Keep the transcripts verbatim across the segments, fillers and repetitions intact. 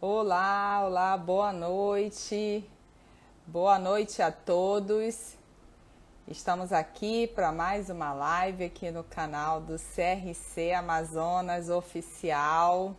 Olá, olá, boa noite. Boa noite a todos. Estamos aqui para mais uma live aqui no canal do C R C Amazonas Oficial.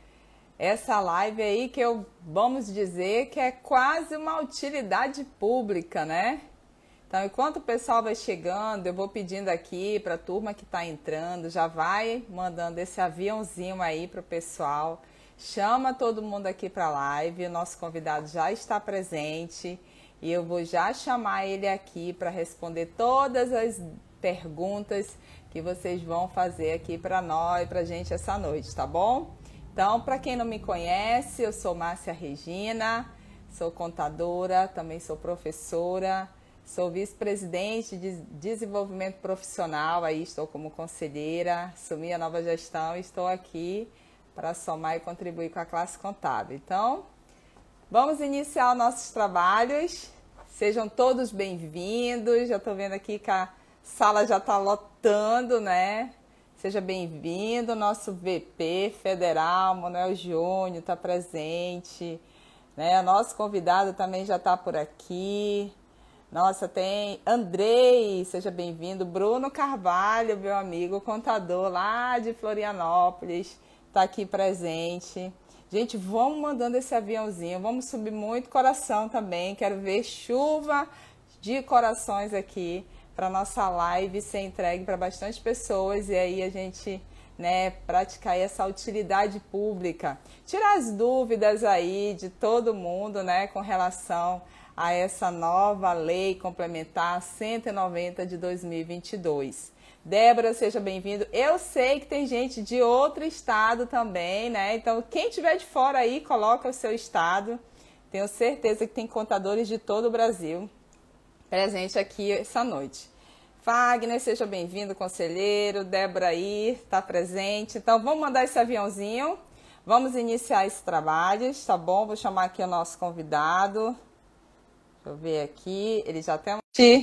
Essa live aí que eu vamos dizer que é quase uma utilidade pública, né? Então, enquanto o pessoal vai chegando, eu vou pedindo aqui para a turma que está entrando, já vai mandando esse aviãozinho aí para o pessoal. Chama todo mundo aqui para a live, o nosso convidado já está presente e eu vou já chamar ele aqui para responder todas as perguntas que vocês vão fazer aqui para nós, para a gente essa noite, tá bom? Então, para quem não me conhece, eu sou Márcia Regina, sou contadora, também sou professora, sou vice-presidente de desenvolvimento profissional, aí estou como conselheira, assumi a nova gestão e estou aqui para somar e contribuir com a classe contábil. Então, vamos iniciar nossos trabalhos. Sejam todos bem-vindos. Já estou vendo aqui que a sala já está lotando, né? Seja bem-vindo. Nosso V P federal, Manuel Júnior, está presente, né? O nosso convidado também já está por aqui. Nossa, tem Andrei, seja bem-vindo. Bruno Carvalho, meu amigo contador lá de Florianópolis, está aqui presente. Gente, vamos mandando esse aviãozinho, vamos subir muito coração também. Quero ver chuva de corações aqui para nossa live ser entregue para bastante pessoas e aí a gente, né, praticar essa utilidade pública. Tirar as dúvidas aí de todo mundo, né, com relação a essa nova lei complementar cento e noventa de dois mil e vinte e dois. Débora, seja bem-vindo. Eu sei que tem gente de outro estado também, né? Então, quem tiver de fora aí, coloca o seu estado. Tenho certeza que tem contadores de todo o Brasil presente aqui essa noite. Fagner, seja bem-vindo, conselheiro. Débora aí, está presente. Então, vamos mandar esse aviãozinho. Vamos iniciar esse trabalho, tá bom? Vou chamar aqui o nosso convidado. Deixa eu ver aqui. Ele já tem...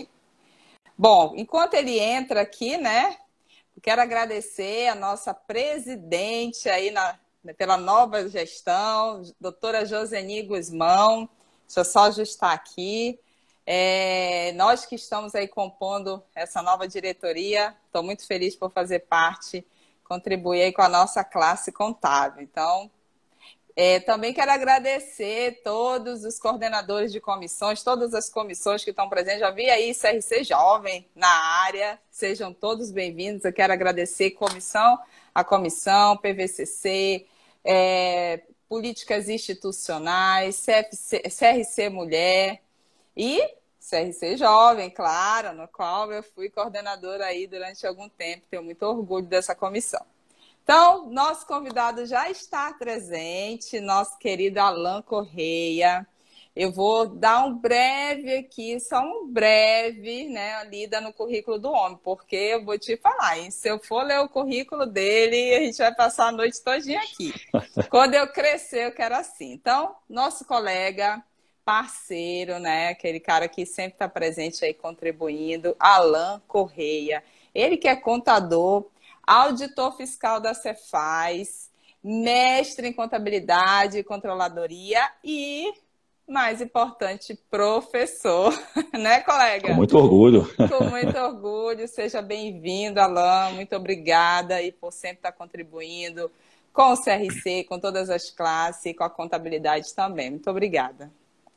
Bom, enquanto ele entra aqui, né, eu quero agradecer a nossa presidente aí na, pela nova gestão, doutora Joseni Guzmão. Deixa eu só ajustar aqui. É, nós que estamos aí compondo essa nova diretoria, estou muito feliz por fazer parte, contribuir aí com a nossa classe contábil. Então, É, também quero agradecer todos os coordenadores de comissões, todas as comissões que estão presentes. Já vi aí C R C Jovem na área, sejam todos bem-vindos. Eu quero agradecer comissão a comissão, P V C C, é, Políticas Institucionais, C F C, C R C Mulher e C R C Jovem, claro, no qual eu fui coordenadora aí durante algum tempo. Tenho muito orgulho dessa comissão. Então, nosso convidado já está presente, nosso querido Alan Correia. Eu vou dar um breve aqui, só um breve, né, lida no currículo do homem, porque eu vou te falar, hein? Se eu for ler o currículo dele, a gente vai passar a noite todinha aqui. Quando eu crescer, eu quero assim. Então, nosso colega, parceiro, né, aquele cara que sempre está presente aí contribuindo, Alan Correia. Ele que é contador, auditor fiscal da Cefaz, mestre em contabilidade e controladoria e, mais importante, professor, né, colega? Com muito orgulho. Com muito orgulho. Seja bem-vindo, Alan. Muito obrigada e por sempre estar contribuindo com o C R C, com todas as classes e com a contabilidade também. Muito obrigada.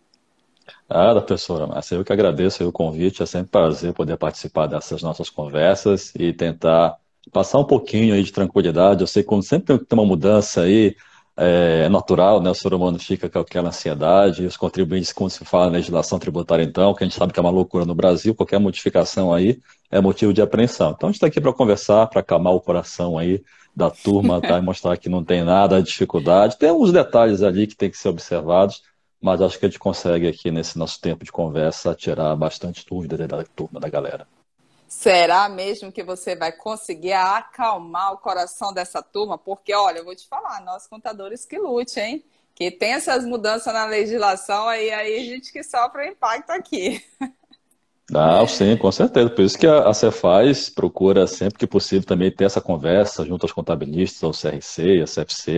Ah, professora Márcia, eu que agradeço aí o convite. É sempre um prazer poder participar dessas nossas conversas e tentar passar um pouquinho aí de tranquilidade. Eu sei que quando sempre tem uma mudança aí, é natural, né? O ser humano fica com aquela ansiedade, e os contribuintes, quando se fala na legislação tributária, então, que a gente sabe que é uma loucura no Brasil, qualquer modificação aí é motivo de apreensão. Então, a gente está aqui para conversar, para acalmar o coração aí da turma, tá? E mostrar que não tem nada de dificuldade. Tem alguns detalhes ali que tem que ser observados, mas acho que a gente consegue aqui, nesse nosso tempo de conversa, tirar bastante dúvida da turma, da galera. Será mesmo que você vai conseguir acalmar o coração dessa turma? Porque, olha, eu vou te falar, nós contadores que lute, hein? Que tem essas mudanças na legislação, aí, aí a gente que sofre o impacto aqui. Ah, sim, com certeza. Por isso que a, a Cefaz procura sempre que possível também ter essa conversa junto aos contabilistas, ao C R C e à C F C,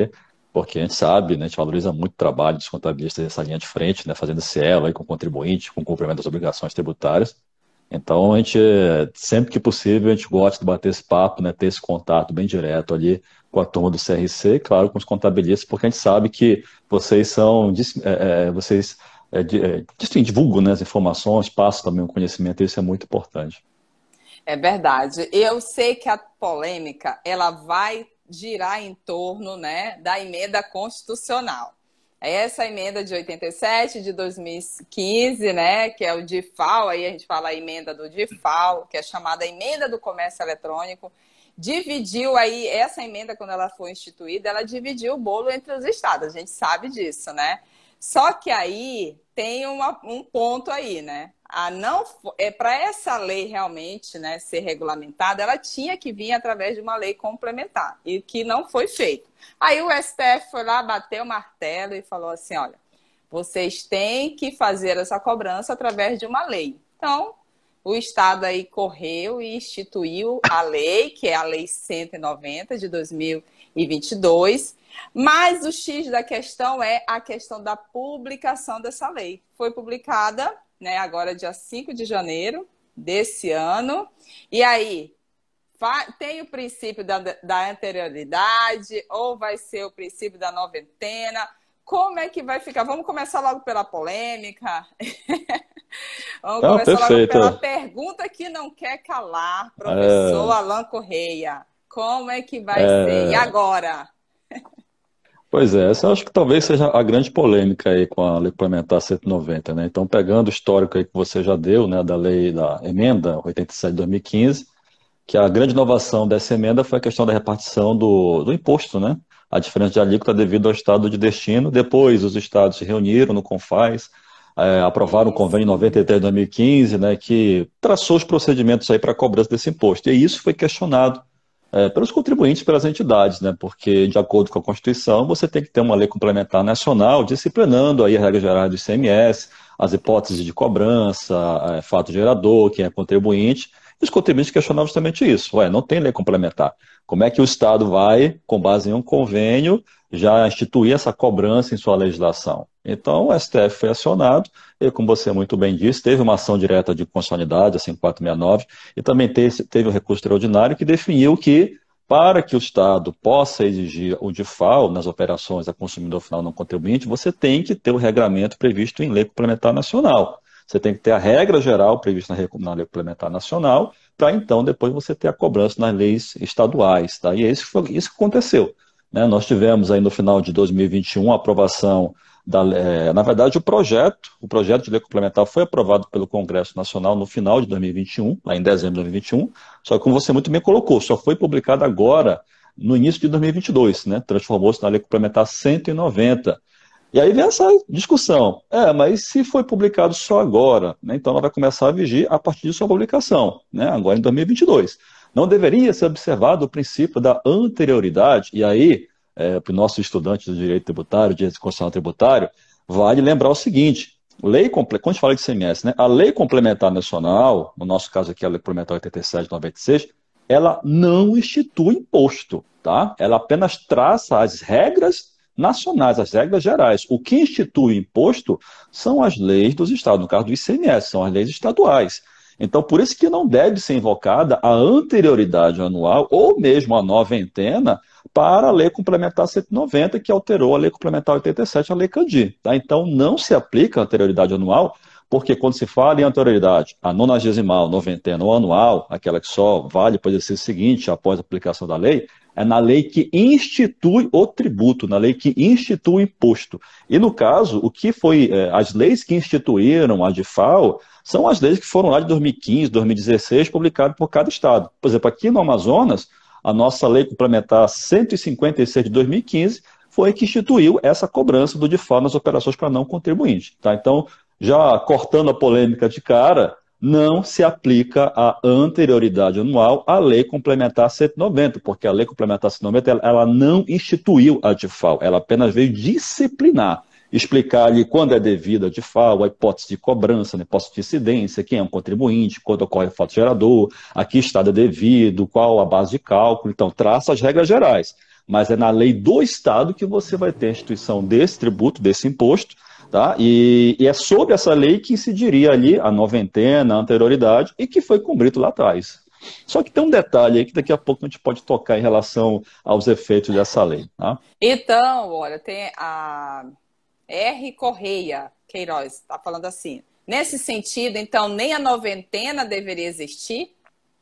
Porque a gente sabe, né, a gente valoriza muito o trabalho dos contabilistas dessa linha de frente, né, fazendo esse elo aí com o contribuinte, com o cumprimento das obrigações tributárias. Então, a gente, eh, sempre que possível, a gente gosta de bater esse papo, né, ter esse contato bem direto ali com a turma do C R C, e, claro, com os contabilistas, porque a gente sabe que vocês são, dis- eh, eh, vocês eh, di- eh, enfim, divulgam, né, as informações, passam também o conhecimento, e isso é muito importante. É verdade. Eu sei que a polêmica ela vai girar em torno, né, da emenda constitucional. É essa emenda de oitenta e sete de dois mil e quinze, né, que é o D I F A L, aí a gente fala a emenda do D I F A L, que é chamada emenda do comércio eletrônico, dividiu aí essa emenda quando ela foi instituída, ela dividiu o bolo entre os estados. A gente sabe disso, né? Só que aí tem uma, um ponto aí, né? A não é para essa lei realmente, né, ser regulamentada, ela tinha que vir através de uma lei complementar e que não foi feito. Aí o S T F foi lá, bateu o martelo e falou assim, olha, vocês têm que fazer essa cobrança através de uma lei. Então, o Estado aí correu e instituiu a lei, que é a Lei cento e noventa de dois mil e vinte e dois, mas o X da questão é a questão da publicação dessa lei. Foi publicada, né, agora dia cinco de janeiro desse ano, e aí tem o princípio da, da anterioridade ou vai ser o princípio da noventena? Como é que vai ficar? Vamos começar logo pela polêmica. Vamos Não, começar logo perfeito. pela pergunta que não quer calar, professor É, Alan Correia. Como é que vai ser? E é, agora? Pois é, essa eu acho que talvez seja a grande polêmica aí com a Lei Complementar cento e noventa, né? Então, pegando o histórico aí que você já deu, né, da lei da emenda oitenta e sete de dois mil e quinze, que a grande inovação dessa emenda foi a questão da repartição do, do imposto, né? A diferença de alíquota devido ao estado de destino. Depois, os estados se reuniram no CONFAS, eh, aprovaram o convênio Isso. noventa e três de dois mil e quinze, né, que traçou os procedimentos aí para a cobrança desse imposto. E isso foi questionado é, pelos contribuintes, pelas entidades, né? Porque, de acordo com a Constituição, você tem que ter uma lei complementar nacional disciplinando aí as regras gerais do I C M S, as hipóteses de cobrança, é, fato gerador, quem é contribuinte. E os contribuintes questionavam justamente isso. Ué, não tem lei complementar. Como é que o Estado vai, com base em um convênio, já instituir essa cobrança em sua legislação? Então, o S T F foi acionado, e, como você muito bem disse, teve uma ação direta de constitucionalidade, a cinco mil quatrocentos e sessenta e nove, e também teve, teve um recurso extraordinário que definiu que, para que o Estado possa exigir o D I F A L nas operações a consumidor final não contribuinte, você tem que ter o regramento previsto em lei complementar nacional. Você tem que ter a regra geral prevista na, na lei complementar nacional, para então depois você ter a cobrança nas leis estaduais. Tá? E é isso, foi, isso que aconteceu. Né? Nós tivemos aí no final de dois mil e vinte e um a aprovação da, é, na verdade, o projeto, o projeto de lei complementar foi aprovado pelo Congresso Nacional no final de dois mil e vinte e um, lá em dezembro de dois mil e vinte e um, só que, como você muito bem colocou, só foi publicado agora, no início de dois mil e vinte e dois, né? Transformou-se na lei complementar cento e noventa. E aí vem essa discussão. É, mas se foi publicado só agora, né? Então ela vai começar a vigir a partir de sua publicação, né? Agora em dois mil e vinte e dois. Não deveria ser observado o princípio da anterioridade, e aí é, para o nosso estudante de direito tributário, de direito constitucional tributário, vale lembrar o seguinte: lei, quando a gente fala de I C M S, né, a lei complementar nacional, no nosso caso aqui a lei complementar oitenta e sete de noventa e seis, ela não institui imposto, tá? Ela apenas traça as regras nacionais, as regras gerais. O que institui o imposto são as leis dos estados, no caso do I C M S, são as leis estaduais. Então, por isso que não deve ser invocada a anterioridade anual ou mesmo a noventena para a Lei Complementar cento e noventa, que alterou a Lei Complementar oitenta e sete, a Lei Candir. Tá? Então, não se aplica a anterioridade anual, porque quando se fala em anterioridade, a nonagesimal, noventena ou anual, aquela que só vale para o exercício seguinte, após a aplicação da lei, é na lei que institui o tributo, na lei que institui o imposto. E, no caso, o que foi, é, as leis que instituíram a D I F A L são as leis que foram lá de dois mil e quinze, dois mil e dezesseis, publicadas por cada estado. Por exemplo, aqui no Amazonas, a nossa lei complementar cento e cinquenta e seis de dois mil e quinze foi que instituiu essa cobrança do D I F A L nas operações para não contribuinte. Tá? Então, já cortando a polêmica de cara, não se aplica a anterioridade anual à Lei Complementar cento e noventa, porque a Lei Complementar cento e noventa ela, ela não instituiu a D I F A L, ela apenas veio disciplinar, explicar ali quando é devida a D I F A L, a hipótese de cobrança, a hipótese de incidência, quem é um contribuinte, quando ocorre o fato gerador, a que estado é devido, qual a base de cálculo, então traça as regras gerais. mas é na lei do Estado que você vai ter a instituição desse tributo, desse imposto, tá? E, e é sobre essa lei que incidiria ali a noventena, a anterioridade, e que foi cumprido lá atrás. Só que tem um detalhe aí que daqui a pouco a gente pode tocar em relação aos efeitos dessa lei. Tá? Então, olha, tem a R. Correia Queiroz, está falando assim. Nesse sentido, então, nem a noventena deveria existir?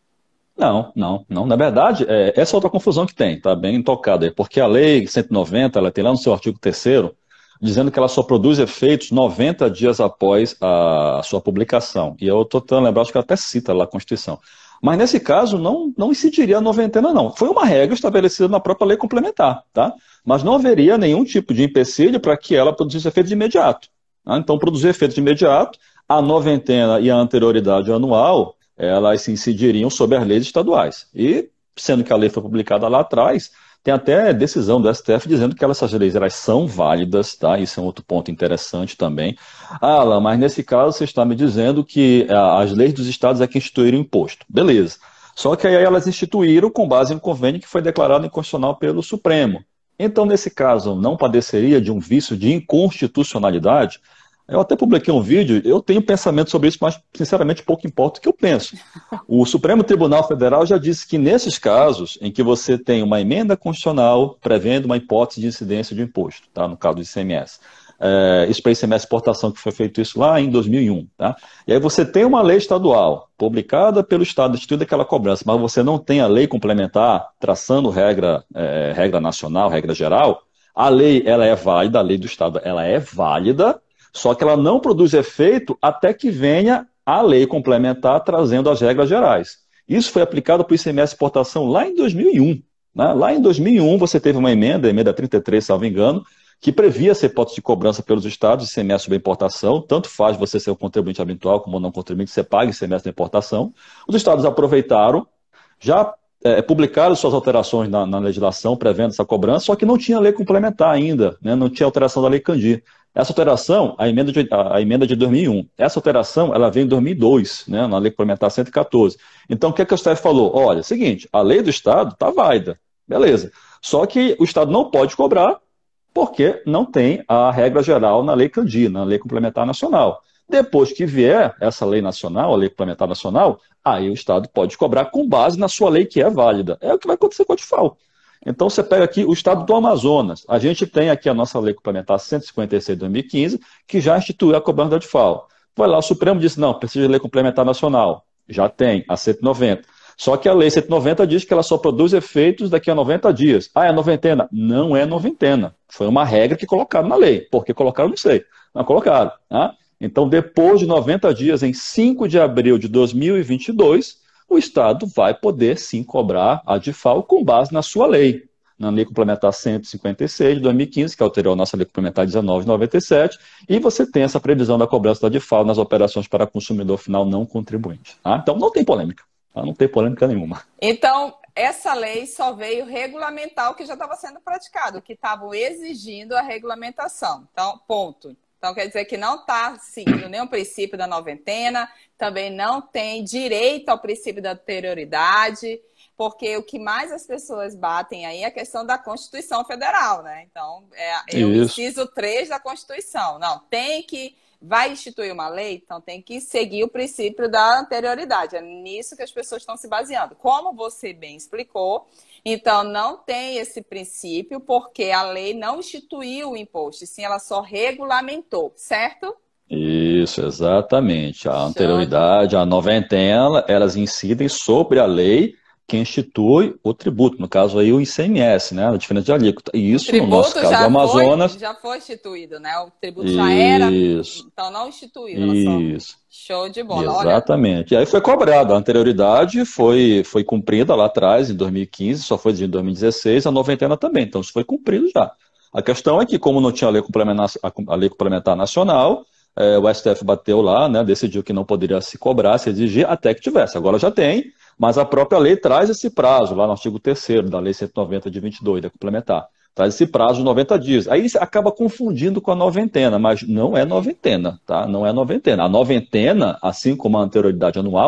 Não, não, não. Na verdade, é, essa é outra confusão que tem, tá bem tocada aí, porque a lei cento e noventa, ela tem lá no seu artigo terceiro, dizendo que ela só produz efeitos noventa dias após a, a sua publicação. E eu estou tentando lembrar, acho que ela até cita lá a Constituição. Mas nesse caso, não, não incidiria a noventena, não. Foi uma regra estabelecida na própria lei complementar, tá? Mas não haveria nenhum tipo de empecilho para que ela produzisse efeito de imediato. Tá? Então, produzir efeito de imediato, a noventena e a anterioridade anual, elas se incidiriam sobre as leis estaduais. E, sendo que a lei foi publicada lá atrás, tem até decisão do S T F dizendo que essas leis elas são válidas, tá? Isso é um outro ponto interessante também. Ah, Alan, mas nesse caso você está me dizendo que as leis dos estados é que instituíram o imposto. Beleza. Só que aí elas instituíram com base em um convênio que foi declarado inconstitucional pelo Supremo. Então, nesse caso, não padeceria de um vício de inconstitucionalidade? Eu até publiquei um vídeo, eu tenho pensamento sobre isso, mas sinceramente pouco importa o que eu penso. O Supremo Tribunal Federal já disse que nesses casos em que você tem uma emenda constitucional prevendo uma hipótese de incidência de imposto, tá? No caso do I C M S, é, isso para I C M S exportação, que foi feito isso lá em dois mil e um. Tá? E aí você tem uma lei estadual publicada pelo Estado, instituída aquela cobrança, mas você não tem a lei complementar traçando regra, é, regra nacional, regra geral, a lei ela é válida, a lei do Estado ela é válida, só que ela não produz efeito até que venha a lei complementar trazendo as regras gerais. Isso foi aplicado para o I C M S exportação lá em dois mil e um. Né? Lá em dois mil e um você teve uma emenda, a emenda trinta e três, salvo engano, que previa essa hipótese de cobrança pelos estados de I C M S sobre a importação, tanto faz você ser o contribuinte habitual como não contribuinte, você paga I C M S da importação. Os estados aproveitaram, já é, publicaram suas alterações na, na legislação prevendo essa cobrança, só que não tinha lei complementar ainda, né? Não tinha alteração da Lei Candir. Essa alteração, a emenda de, a, a emenda de dois mil e um, essa alteração ela veio em dois mil e dois, né, na Lei Complementar cento e quatorze. Então, o que, é que o S T F falou? Olha, seguinte, a lei do Estado está válida, beleza. Só que o Estado não pode cobrar porque não tem a regra geral na Lei Candir, na Lei Complementar Nacional. Depois que vier essa lei nacional, a Lei Complementar Nacional, aí o Estado pode cobrar com base na sua lei que é válida. É o que vai acontecer com a DIFAL. Então, você pega aqui o estado do Amazonas. A gente tem aqui a nossa lei complementar cento e cinquenta e seis de dois mil e quinze, que já instituiu a cobrança da DIFAL. Foi lá, o Supremo disse, não, precisa de lei complementar nacional. Já tem, a cento e noventa. Só que a lei cento e noventa diz que ela só produz efeitos daqui a noventa dias. Ah, é noventena? Não é noventena. Foi uma regra que colocaram na lei. Por que colocaram, não sei. Mas colocaram. Tá? Então, depois de noventa dias, em cinco de abril de dois mil e vinte e dois, o Estado vai poder sim cobrar a DIFAL com base na sua lei, na Lei Complementar cento e cinquenta e seis de dois mil e quinze, que alterou a nossa Lei Complementar dezenove de noventa e sete, e você tem essa previsão da cobrança da DIFAL nas operações para consumidor final não contribuinte. Tá? Então não tem polêmica, tá? Não tem polêmica nenhuma. Então, essa lei só veio regulamentar o que já estava sendo praticado, o que estavam exigindo a regulamentação. Então, ponto. Então, quer dizer que não está seguindo nenhum princípio da noventena, também não tem direito ao princípio da anterioridade, porque o que mais as pessoas batem aí é a questão da Constituição Federal, né? Então, é, é o inciso três da Constituição. Não, tem que... Vai instituir uma lei, então tem que seguir o princípio da anterioridade. É nisso que as pessoas estão se baseando. Como você bem explicou, então não tem esse princípio porque a lei não instituiu o imposto, sim, ela só regulamentou, certo? Isso, exatamente. A anterioridade, a noventena, elas incidem sobre a lei que institui o tributo, no caso aí o I C M S, né, a diferença de alíquota. E isso, no nosso caso do Amazonas... Foi, já foi instituído, né? O tributo isso, já era, então não instituiu. Isso. Só... Show de bola. Exatamente. Olha... E aí foi cobrado. A anterioridade foi, foi cumprida lá atrás, em dois mil e quinze, só foi em dois mil e dezesseis, a noventena também. Então isso foi cumprido já. A questão é que, como não tinha a lei complementar, a lei complementar nacional, é, o S T F bateu lá, né, decidiu que não poderia se cobrar, se exigir, até que tivesse. Agora já tem. Mas a própria lei traz esse prazo, lá no artigo terceiro da Lei cento e noventa de vinte e dois, da complementar. Traz esse prazo de noventa dias. Aí você acaba confundindo com a noventena, mas não é noventena, tá? Não é noventena. A noventena, assim como a anterioridade anual,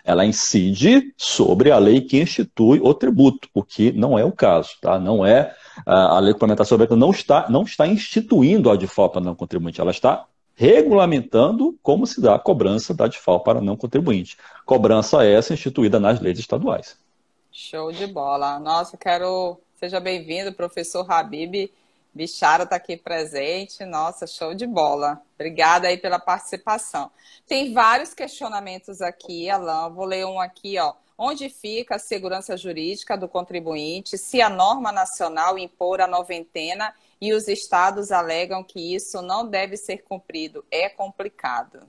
ela incide sobre a lei que institui o tributo, o que não é o caso, tá? Não é, a lei complementar sobre a não está, não está instituindo a D I F A O para não contribuinte, ela está regulamentando como se dá a cobrança da D I F A O para não contribuinte. Cobrança essa instituída nas leis estaduais. Show de bola. Nossa, quero... Seja bem-vindo, professor Habib Bichara está aqui presente. Nossa, show de bola. Obrigada aí pela participação. Tem vários questionamentos aqui, Alan. Vou ler um aqui, ó. Onde fica a segurança jurídica do contribuinte se a norma nacional impor a noventena e os estados alegam que isso não deve ser cumprido? É complicado.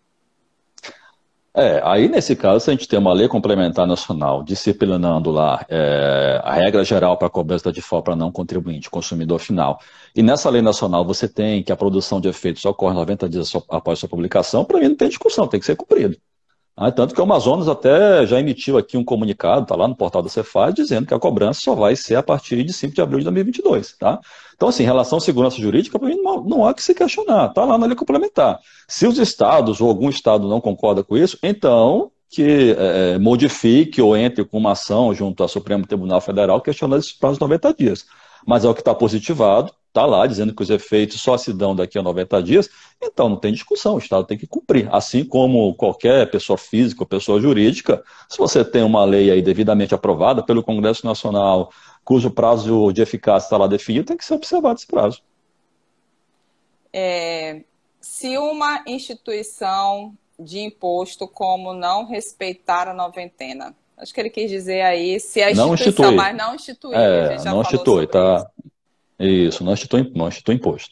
É, aí nesse caso, se a gente tem uma lei complementar nacional disciplinando lá é, a regra geral para a cobrança da D I F A O para não contribuinte, consumidor final, e nessa lei nacional você tem que a produção de efeitos ocorre noventa dias após sua publicação, para mim não tem discussão, tem que ser cumprido. Ah, tanto que o Amazonas até já emitiu aqui um comunicado, está lá no portal do Cefaz, dizendo que a cobrança só vai ser a partir de cinco de abril de dois mil e vinte e dois. Tá? Então, assim, em relação à segurança jurídica, para mim não, não há que se questionar, está lá na lei complementar. Se os estados ou algum estado não concorda com isso, então que é, modifique ou entre com uma ação junto ao Supremo Tribunal Federal questionando esses prazos de noventa dias. Mas é o que está positivado, está lá dizendo que os efeitos só se dão daqui a noventa dias, então não tem discussão, o Estado tem que cumprir. Assim como qualquer pessoa física ou pessoa jurídica, se você tem uma lei aí devidamente aprovada pelo Congresso Nacional, cujo prazo de eficácia está lá definido, tem que ser observado esse prazo. É, se uma instituição de imposto como não respeitar a noventena, acho que ele quis dizer aí, se a instituição, não institui. mas não instituir, é, a gente já não falou institui, sobre tá? isso. Isso, não institui, não institui imposto.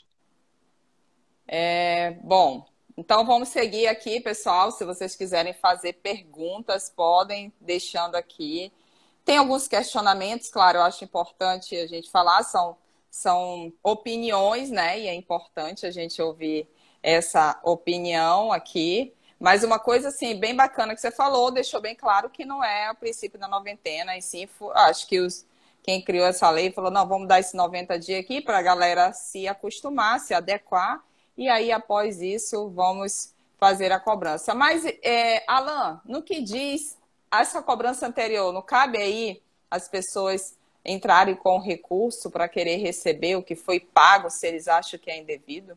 É, bom, então vamos seguir aqui, pessoal. Se vocês quiserem fazer perguntas, podem deixando aqui. Tem alguns questionamentos, claro, eu acho importante a gente falar, são, são opiniões, né? E é importante a gente ouvir essa opinião aqui. Mas uma coisa, assim, bem bacana que você falou, deixou bem claro que não é o princípio da noventena, e sim, acho que os... Quem criou essa lei falou, não, vamos dar esses noventa dias aqui para a galera se acostumar, se adequar, e aí, após isso, vamos fazer a cobrança. Mas, é, Alan, no que diz essa cobrança anterior, não cabe aí as pessoas entrarem com recurso para querer receber o que foi pago, se eles acham que é indevido?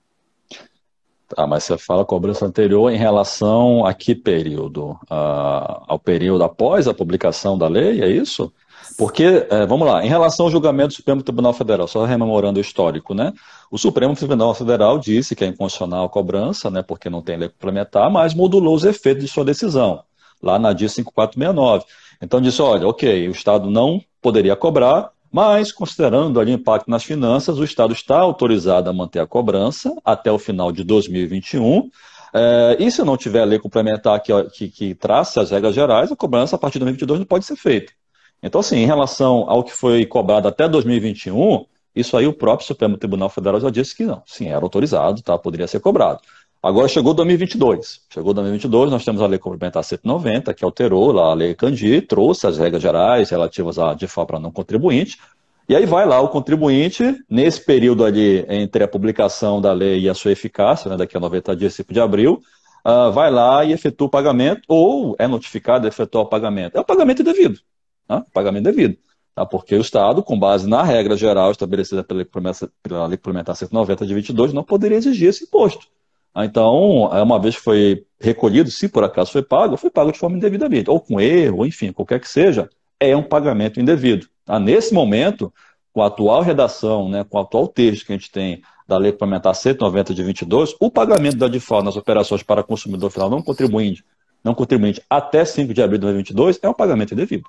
Tá, mas você fala cobrança anterior em relação a que período? Ah, ao período após a publicação da lei, é isso? Porque, é, vamos lá, em relação ao julgamento do Supremo Tribunal Federal, só rememorando o histórico, né? O Supremo Tribunal Federal disse que é inconstitucional a cobrança, né, porque não tem lei complementar, mas modulou os efeitos de sua decisão, lá na D I cinco quatro seis nove. Então disse, olha, ok, o Estado não poderia cobrar, mas considerando ali o impacto nas finanças, o Estado está autorizado a manter a cobrança até o final de dois mil e vinte e um, é, e se não tiver lei complementar que, que, que trace as regras gerais, a cobrança a partir de dois mil e vinte e dois não pode ser feita. Então, assim, em relação ao que foi cobrado até dois mil e vinte e um, isso aí o próprio Supremo Tribunal Federal já disse que não. Sim, era autorizado, tá? Poderia ser cobrado. Agora chegou dois mil e vinte e dois. Chegou dois mil e vinte e dois, nós temos a Lei Complementar cento e noventa, que alterou lá a Lei Candir, trouxe as regras gerais relativas à D I F A O para não contribuinte. E aí vai lá o contribuinte, nesse período ali entre a publicação da lei e a sua eficácia, né, daqui a noventa dias, cinco de abril, uh, vai lá e efetua o pagamento, ou é notificado e efetua o pagamento. É o pagamento indevido. Tá? Pagamento devido, tá? Porque o Estado, com base na regra geral estabelecida pela Lei Complementar cento e noventa de vinte e dois, não poderia exigir esse imposto. Ah, então, uma vez que foi recolhido, se por acaso foi pago, foi pago de forma indevida, ou com erro, ou enfim, qualquer que seja, é um pagamento indevido. Tá? Nesse momento, com a atual redação, né, com o atual texto que a gente tem da Lei Complementar cento e noventa de vinte e dois, o pagamento da D I F A O nas operações para consumidor final não contribuinte, não contribuinte até cinco de abril de dois mil e vinte e dois é um pagamento indevido.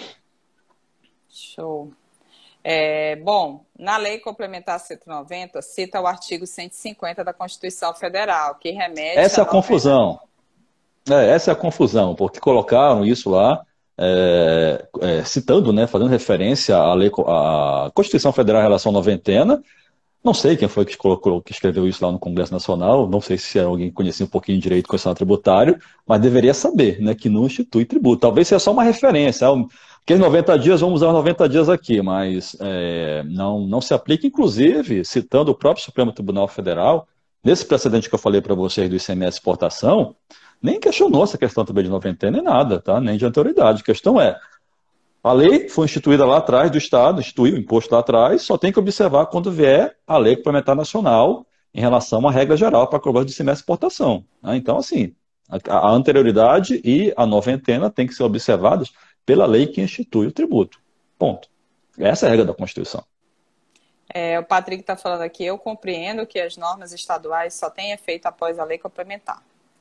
Show. É, bom, na Lei Complementar cento e noventa, cita o artigo cento e cinquenta da Constituição Federal, que remete Essa é a a confusão. É, essa é a confusão, porque colocaram isso lá, é, é, citando, né, fazendo referência à, lei, à Constituição Federal em relação à noventena. Não sei quem foi que colocou, que escreveu isso lá no Congresso Nacional, não sei se alguém conhecia um pouquinho de direito constitucional tributário, mas deveria saber, né, que não institui tributo. Talvez seja só uma referência, porque em noventa dias, vamos usar os noventa dias aqui, mas é, não, não se aplica, inclusive, citando o próprio Supremo Tribunal Federal, nesse precedente que eu falei para vocês do I C M S exportação, nem questionou essa questão também de noventena nem nada, tá? Nem de anterioridade. A questão é, a lei foi instituída lá atrás do Estado, instituiu o imposto lá atrás, só tem que observar quando vier a lei complementar nacional em relação à regra geral para a cobrança de I C M S exportação. Né? Então, assim, a, a anterioridade e a noventena têm que ser observadas pela lei que institui o tributo. Ponto. Essa é a regra da Constituição. É, o Patrick está falando aqui, eu compreendo que as normas estaduais só têm efeito após a lei complementar.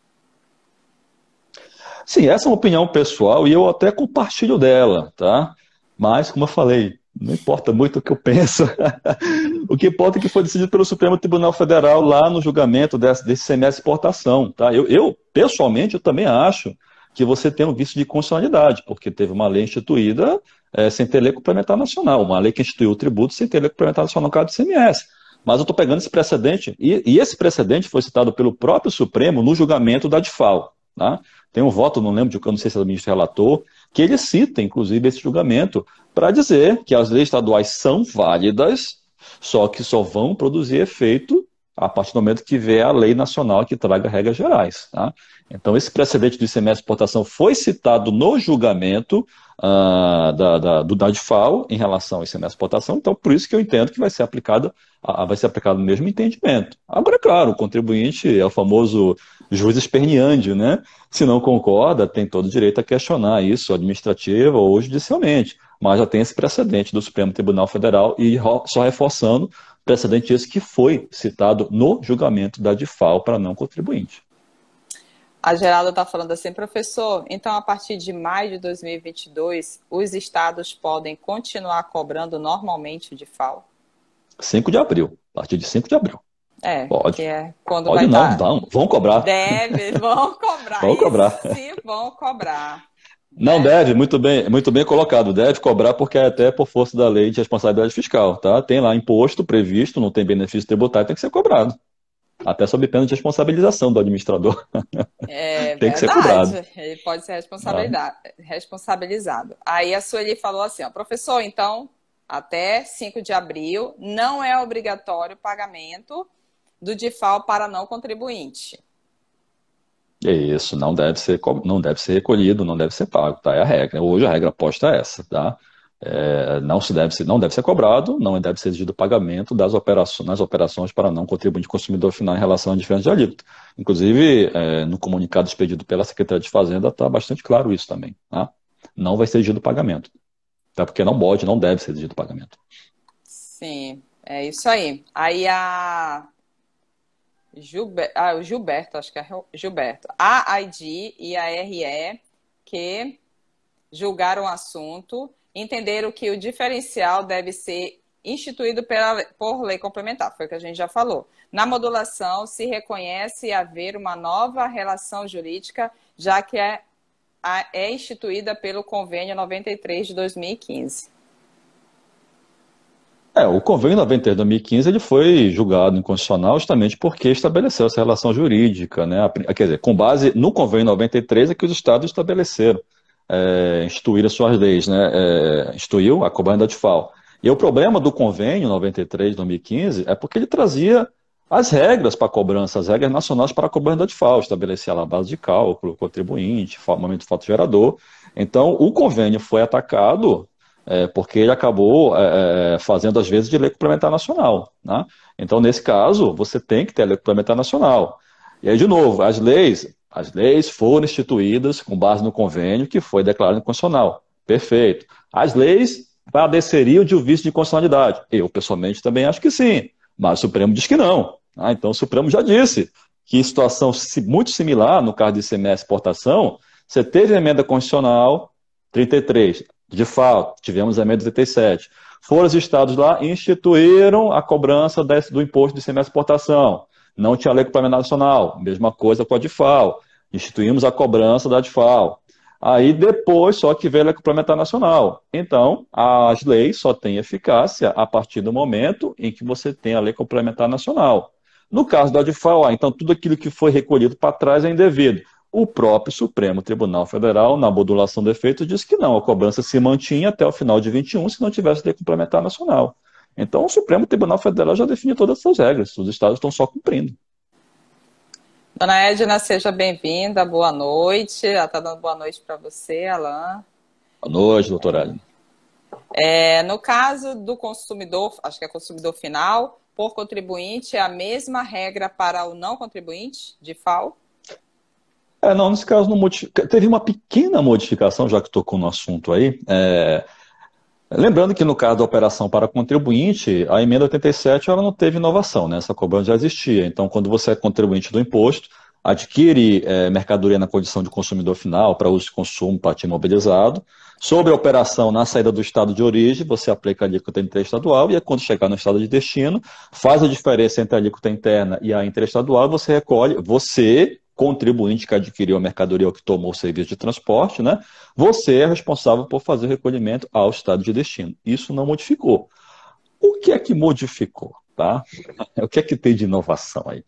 Sim, essa é uma opinião pessoal e eu até compartilho dela, tá? Mas, como eu falei, não importa muito o que eu penso. O que importa é que foi decidido pelo Supremo Tribunal Federal lá no julgamento desse, desse I C M S exportação, tá? Eu, eu, pessoalmente, eu também acho que você tem um vício de constitucionalidade, porque teve uma lei instituída é, sem ter lei complementar nacional, uma lei que instituiu o tributo sem ter lei complementar nacional no caso do I C M S. Mas eu estou pegando esse precedente, e, e esse precedente foi citado pelo próprio Supremo no julgamento da D F A O, tá? Tem um voto, não lembro de que eu não sei se é o ministro relator, que ele cita, inclusive, esse julgamento para dizer que as leis estaduais são válidas, só que só vão produzir efeito a partir do momento que vier a lei nacional que traga regras gerais. Tá? Então, esse precedente do I C M S exportação foi citado no julgamento uh, da, da, do D F A O em relação ao I C M S exportação, então por isso que eu entendo que vai ser aplicado, uh, vai ser aplicado o mesmo entendimento. Agora, é claro, o contribuinte é o famoso juiz esperneante, né? Se não concorda, tem todo o direito a questionar isso, administrativa ou judicialmente, mas já tem esse precedente do Supremo Tribunal Federal e só reforçando, precedente esse que foi citado no julgamento da D F A O para não contribuinte. A Geralda está falando assim, professor, então a partir de maio de dois mil e vinte e dois, os estados podem continuar cobrando normalmente o D F A O? cinco de abril, a partir de cinco de abril. É, pode. que é quando Pode vai não, estar... não, vão cobrar. Deve, vão cobrar. Vão cobrar. Sim, vão cobrar. Não Deve. deve, muito bem, muito bem colocado. Deve cobrar porque é até por força da lei de responsabilidade fiscal, tá? Tem lá imposto previsto, não tem benefício tributário, tem que ser cobrado. Até sob pena de responsabilização do administrador. É tem que ser verdade. cobrado. Ele pode ser responsabilizado. Aí a Sueli falou assim, ó, professor, então, até cinco de abril, não é obrigatório o pagamento do D F A O para não contribuinte. Isso, não deve ser, não deve ser recolhido, não deve ser pago, tá? É a regra. Hoje a regra posta é essa, tá? É, não, se deve ser, não deve ser cobrado, não deve ser exigido o pagamento das operações, nas operações para não contribuinte consumidor final em relação à diferença de alíquota. Inclusive, é, no comunicado expedido pela Secretaria de Fazenda, está bastante claro isso também, tá? Não vai ser exigido o pagamento. Até porque não pode, não deve ser exigido o pagamento. Sim, é isso aí. Aí a... Gilber... Ah, o Gilberto, acho que é Gilberto. A I D e a R E que julgaram o assunto, entenderam que o diferencial deve ser instituído pela, por lei complementar, foi o que a gente já falou. Na modulação, se reconhece haver uma nova relação jurídica, já que é, é instituída pelo Convênio noventa e três de dois mil e quinze. É, o Convênio noventa e três de dois mil e quinze ele foi julgado inconstitucional justamente porque estabeleceu essa relação jurídica, né? Quer dizer, com base no Convênio noventa e três é que os estados estabeleceram, é, instituíram as suas leis, né? É, instituiu a cobrança da D F A O. E o problema do Convênio noventa e três de dois mil e quinze é porque ele trazia as regras para a cobrança, as regras nacionais para a cobrança da D F A O, estabelecia lá a base de cálculo, contribuinte, momento do fato gerador. Então, o convênio foi atacado É, porque ele acabou é, fazendo, às vezes, de lei complementar nacional. Né? Então, nesse caso, você tem que ter a lei complementar nacional. E aí, de novo, as leis, as leis foram instituídas com base no convênio que foi declarado inconstitucional. Perfeito. As leis padeceriam de um vício de inconstitucionalidade. Eu, pessoalmente, também acho que sim, mas o Supremo diz que não. Ah, então, o Supremo já disse que em situação muito similar, no caso de I C M S exportação, você teve emenda constitucional trinta e três. De fato, tivemos a emenda trinta e sete. Foram os estados lá e instituíram a cobrança do imposto de I C M S exportação. Não tinha lei complementar nacional. Mesma coisa com a D F A O. Instituímos a cobrança da D F A O. Aí depois só que veio a lei complementar nacional. Então, as leis só têm eficácia a partir do momento em que você tem a lei complementar nacional. No caso da D F A O, então tudo aquilo que foi recolhido para trás é indevido. O próprio Supremo Tribunal Federal, na modulação do efeito, disse que não, a cobrança se mantinha até o final de vinte e um se não tivesse lei complementar nacional. Então, o Supremo Tribunal Federal já definiu todas essas regras, os estados estão só cumprindo. Dona Edna, seja bem-vinda, boa noite. Ela está dando boa noite para você, Alain. Boa noite, doutora Aline. É, no caso do consumidor, acho que é consumidor final, por contribuinte, é a mesma regra para o não contribuinte de F A O? É, não, nesse caso não modifica... teve uma pequena modificação, já que tocou no assunto aí. É, lembrando que no caso da operação para contribuinte, a emenda oitenta e sete ela não teve inovação, né? Essa cobrança já existia. Então, quando você é contribuinte do imposto, adquire é, mercadoria na condição de consumidor final para uso e consumo, para imobilizado. Sobre a operação na saída do estado de origem, você aplica a alíquota interestadual e quando chegar no estado de destino, faz a diferença entre a alíquota interna e a interestadual, você recolhe, você, contribuinte que adquiriu a mercadoria ou que tomou o serviço de transporte, né? Você é responsável por fazer o recolhimento ao estado de destino. Isso não modificou. O que é que modificou? Tá? O que é que tem de inovação aí?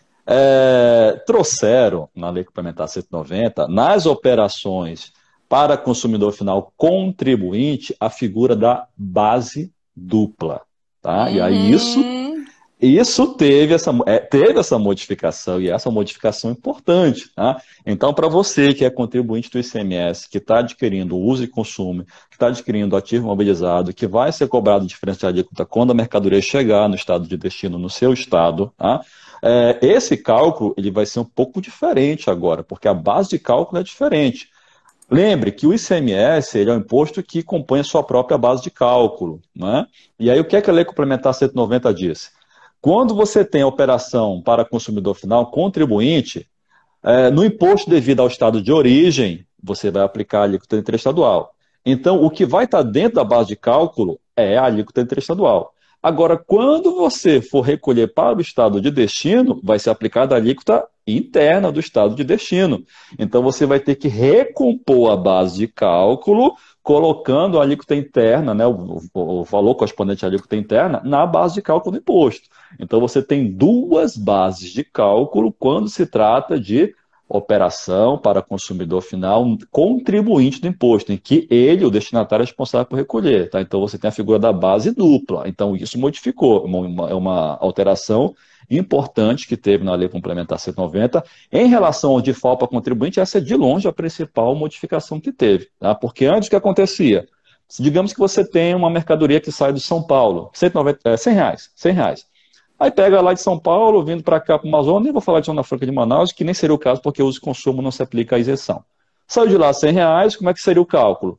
É, trouxeram na Lei Complementar cento e noventa, nas operações para consumidor final contribuinte, a figura da base dupla. Tá? E aí isso, Uhum. isso teve, essa, é, teve essa modificação, e essa modificação é importante. Tá? Então, para você que é contribuinte do I C M S, que está adquirindo uso e consumo, que está adquirindo ativo imobilizado, que vai ser cobrado diferença de alíquota quando a mercadoria chegar no estado de destino, no seu estado, tá? É, esse cálculo ele vai ser um pouco diferente agora, porque a base de cálculo é diferente. Lembre que o I C M S ele é um imposto que compõe a sua própria base de cálculo. Né? E aí o que é que a Lei Complementar cento e noventa diz? Quando você tem a operação para consumidor final contribuinte, é, no imposto devido ao estado de origem, você vai aplicar a alíquota interestadual. Então, o que vai estar dentro da base de cálculo é a alíquota interestadual. Agora, quando você for recolher para o estado de destino, vai ser aplicada a alíquota interna do estado de destino. Então, você vai ter que recompor a base de cálculo, colocando a alíquota interna, né, o, o, o valor correspondente à alíquota interna, na base de cálculo do imposto. Então, você tem duas bases de cálculo quando se trata de operação para consumidor final, um contribuinte do imposto, em que ele, o destinatário, é responsável por recolher. Tá? Então, você tem a figura da base dupla. Então, isso modificou. É uma, é uma alteração importante que teve na Lei Complementar cento e noventa. Em relação ao default para contribuinte, essa é de longe a principal modificação que teve. Tá? Porque antes o que acontecia? Digamos que você tem uma mercadoria que sai de São Paulo, cento e noventa, é, cem reais, cem reais. Aí pega lá de São Paulo, vindo para cá para o Amazonas, nem vou falar de Zona Franca de Manaus, que nem seria o caso, porque o uso e consumo não se aplica à isenção. Saiu de lá cem reais, como é que seria o cálculo?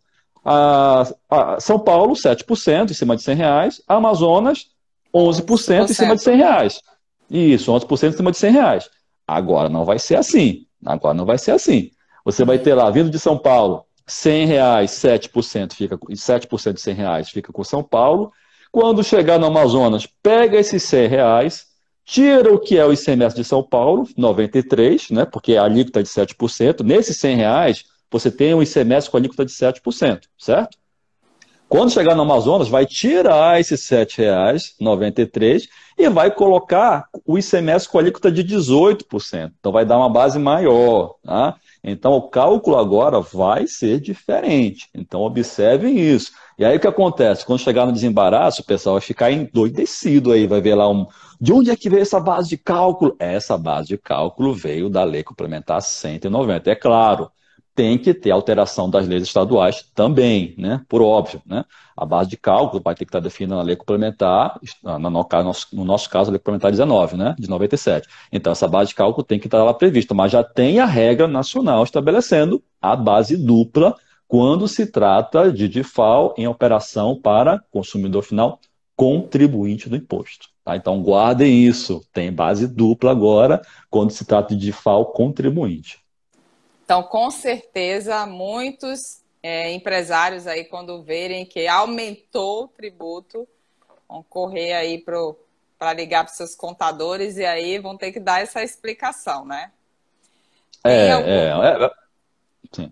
A, a São Paulo, sete por cento em cima de cem reais, Amazonas, onze por cento em cima de cem onze por cento. reais. Isso, onze por cento em cima de cem reais. Agora não vai ser assim. Agora não vai ser assim. Você vai ter lá, vindo de São Paulo, cem reais, sete por cento fica, sete por cento de cem reais fica com São Paulo. Quando chegar no Amazonas, pega esses cem reais, tira o que é o I C M S de São Paulo, noventa e três, né, porque a alíquota é de sete por cento. Nesses cem reais, você tem um I C M S com alíquota de sete por cento, certo? Quando chegar no Amazonas, vai tirar esses sete reais, noventa e três, e vai colocar o I C M S com alíquota de dezoito por cento. Então vai dar uma base maior. Tá? Então o cálculo agora vai ser diferente. Então observem isso. E aí o que acontece? Quando chegar no desembaraço, o pessoal vai ficar endoidecido aí, vai ver lá um... De onde é que veio essa base de cálculo? Essa base de cálculo veio da Lei Complementar cento e noventa. É claro, tem que ter alteração das leis estaduais também, né? Por óbvio, né? A base de cálculo vai ter que estar definida na lei complementar, no nosso, no nosso caso, a lei complementar dezenove, né? De noventa e sete. Então, essa base de cálculo tem que estar lá prevista, mas já tem a regra nacional estabelecendo a base dupla quando se trata de D I F A O em operação para consumidor final contribuinte do imposto. Tá? Então, guardem isso. Tem base dupla agora quando se trata de D I F A O contribuinte. Então, com certeza, muitos é, empresários aí, quando verem que aumentou o tributo, vão correr aí para ligar para os seus contadores e aí vão ter que dar essa explicação, né? Tem É, algum... é, é, sim.